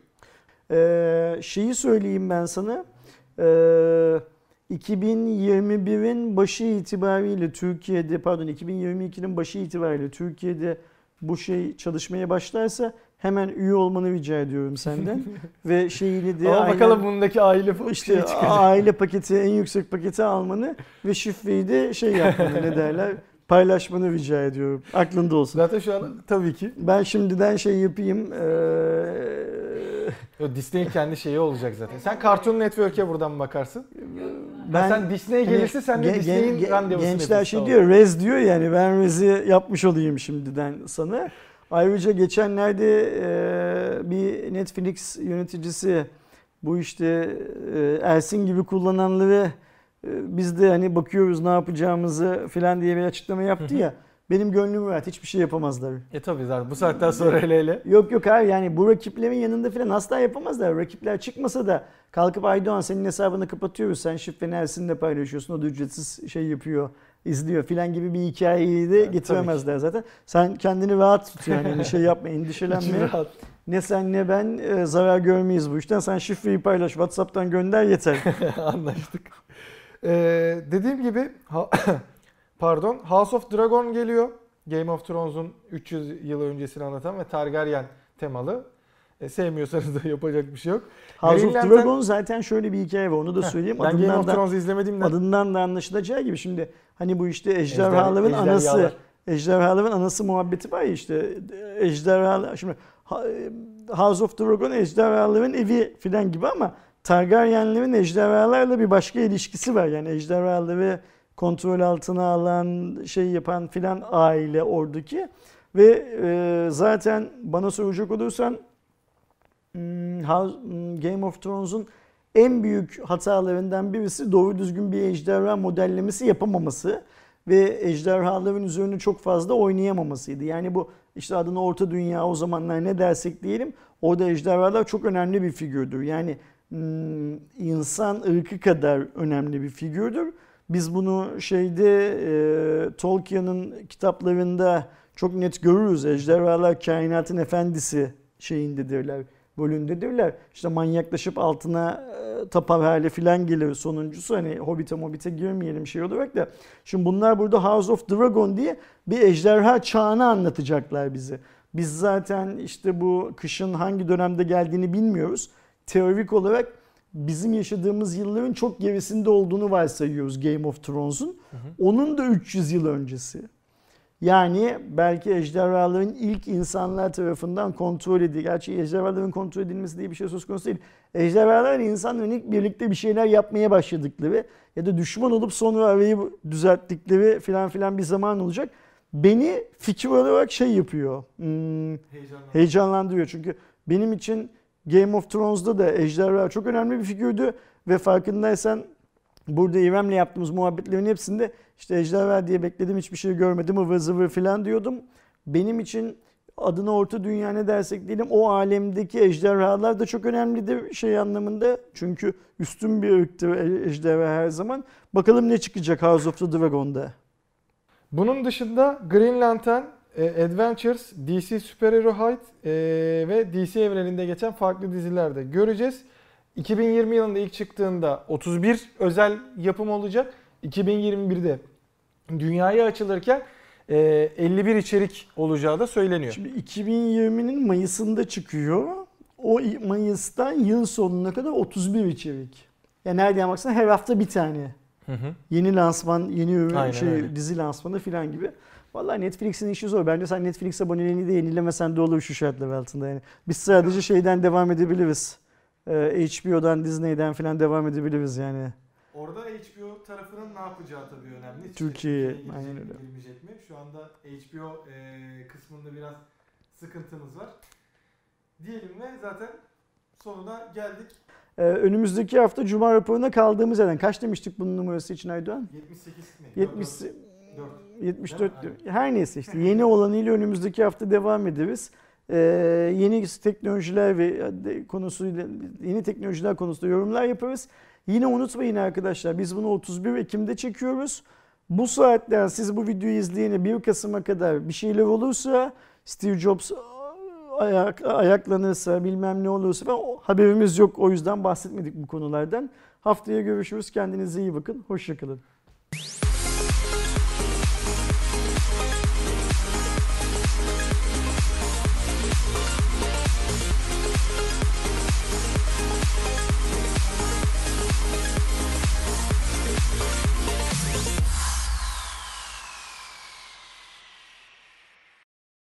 Ee, şeyi söyleyeyim ben sana. Ee, iki bin yirmi birin başı itibariyle Türkiye'de pardon iki bin yirmi ikinin başı itibariyle Türkiye'de bu şey çalışmaya başlarsa hemen üye olmanı rica ediyorum senden. Ve şeyini de ama aynen, bakalım bundaki aile işte aile paketi en yüksek paketi almanı ve şifreyi de şey yapmanı ne derler paylaşmanı rica ediyorum. Aklında olsun. Zaten şu an tabii ki. Ben şimdiden şey yapayım. Ee... Disney'in kendi şeyi olacak zaten. Sen Cartoon Network'e buradan bakarsın. Ben, sen Disney'e gelirse sen de gen, Disney'in gen, randevusunu gençler şey diyor, Rez diyor yani ben Rez'i yapmış olayım şimdiden sana. Ayrıca geçenlerde e, bir Netflix yöneticisi bu işte e, Ersin gibi kullananları e, biz de hani bakıyoruz ne yapacağımızı falan diye bir açıklama yaptı ya. Benim gönlüm rahat. Hiçbir şey yapamazlar. E tabii zaten bu saatten sonra hele hele. Yok yok hayır yani bu rakiplerin yanında falan asla yapamazlar. Rakipler çıkmasa da kalkıp Aydoğan senin hesabını kapatıyoruz. Sen şifreni Ersin'le paylaşıyorsun. O da ücretsiz şey yapıyor, izliyor filan gibi bir hikayeyi de evet, getiremezler zaten. Sen kendini rahat tut yani şey yapma, endişelenme. Ne sen ne ben e, zarar görmeyiz bu işten. Sen şifreyi paylaş, WhatsApp'tan gönder yeter. Anlaştık. Ee, dediğim gibi ha, pardon House of Dragon geliyor. Game of Thrones'un üç yüz yıl öncesini anlatan ve Targaryen temalı. E, sevmiyorsanız da yapacak bir şey yok. House of Dragon zaten şöyle bir hikaye var onu da söyleyeyim. Heh, ben adından Game of da, Thrones'u izlemedim de. Adından da anlaşılacağı gibi şimdi hani bu işte ejderhaların Ejder, anası, ejderhaların anası muhabbeti var ya işte ejderhalar. Şimdi House of Dragon ejderhaların evi filan gibi ama Targaryenlerin ejderhalarla bir başka ilişkisi var. Yani ejderhaları kontrol altına alan, şey yapan filan aile oradaki. Ve e, zaten bana soracak olursan Game of Thrones'un en büyük hatalarından birisi doğru düzgün bir ejderha modellemesi yapamaması ve ejderhaların üzerine çok fazla oynayamamasıydı. Yani bu işte adına Orta Dünya o zamanlar ne dersek diyelim orada ejderhalar çok önemli bir figürdür. Yani insan ırkı kadar önemli bir figürdür. Biz bunu şeyde e, Tolkien'in kitaplarında çok net görürüz. Ejderhalar kainatın efendisi şeyindedirler, bölümündedirler. İşte manyaklaşıp altına e, tapar hale filan gelir sonuncusu. Hani Hobbit'e Hobbit'e girmeyelim şey olarak da. Şimdi bunlar burada House of Dragon diye bir ejderha çağını anlatacaklar bize. Biz zaten işte bu kışın hangi dönemde geldiğini bilmiyoruz. Teorik olarak bizim yaşadığımız yılların çok gerisinde olduğunu varsayıyoruz Game of Thrones'un. Onun da üç yüz yıl öncesi. Yani belki ejderhaların ilk insanlar tarafından kontrol edildiği, gerçi ejderhaların kontrol edilmesi diye bir şey söz konusu değil. Ejderhalar insanların ilk birlikte bir şeyler yapmaya başladıkları ya da düşman olup sonra arayı düzelttikleri filan filan bir zaman olacak. Beni fikir olarak şey yapıyor, hmm, heyecanlandırıyor. heyecanlandırıyor. Çünkü benim için Game of Thrones'da da ejderha çok önemli bir figürdü ve farkındaysan burada İrem'le yaptığımız muhabbetlerin hepsinde işte ejderha diye bekledim hiçbir şey görmedim ıvır zıvır filan diyordum. benim için adına orta dünya ne dersek diyelim o alemdeki ejderhalar da çok önemlidir şey anlamında. Çünkü üstün bir ırktır ejderha her zaman. Bakalım ne çıkacak House of the Dragon'da. Bunun dışında Green Lantern, Adventures, D C Superhero High ve D C evreninde geçen farklı dizilerde göreceğiz. iki bin yirmi yılında ilk çıktığında otuz bir özel yapım olacak. iki bin yirmi birde dünyaya açılırken elli bir içerik olacağı da söyleniyor. Şimdi iki bin yirminin Mayıs'ında çıkıyor. O Mayıs'tan yıl sonuna kadar otuz bir içerik. Yani nereden baksan her hafta bir tane. Hı hı. Yeni lansman, yeni ürün, şey, öyle. Dizi lansmanı falan gibi. Vallahi Netflix'in işi zor. Bence sen Netflix aboneliğini de yenilemesen de olur şu şartlar altında. Yani biz sadece şeyden devam edebiliriz. H B O'dan, Disney'den falan devam edebiliriz yani. Orada H B O tarafının ne yapacağı tabii önemli. Türkiye, aynen öyle. Girmeyecek mi? Şu anda H B O e, kısmında biraz sıkıntımız var. Diyelim ve zaten sonuna geldik. Ee, önümüzdeki hafta Cuma raporuna kaldığımız yerden. Kaç demiştik bunun numarası için Aydoğan? yetmiş sekiz mi? yetmiş, yetmiş dört. Her neyse işte yeni olanıyla önümüzdeki hafta devam ederiz. Ee, yeni teknolojiler ve konusuyla yeni teknolojiler konusunda yorumlar yaparız. Yine unutmayın arkadaşlar biz bunu otuz bir Ekim'de çekiyoruz. Bu saatten siz bu videoyu izleyene bir Kasım'a kadar bir şeyler olursa Steve Jobs ayak, ayaklanırsa bilmem ne olursa falan haberimiz yok. O yüzden bahsetmedik bu konulardan. Haftaya görüşürüz. Kendinize iyi bakın. Hoşça kalın.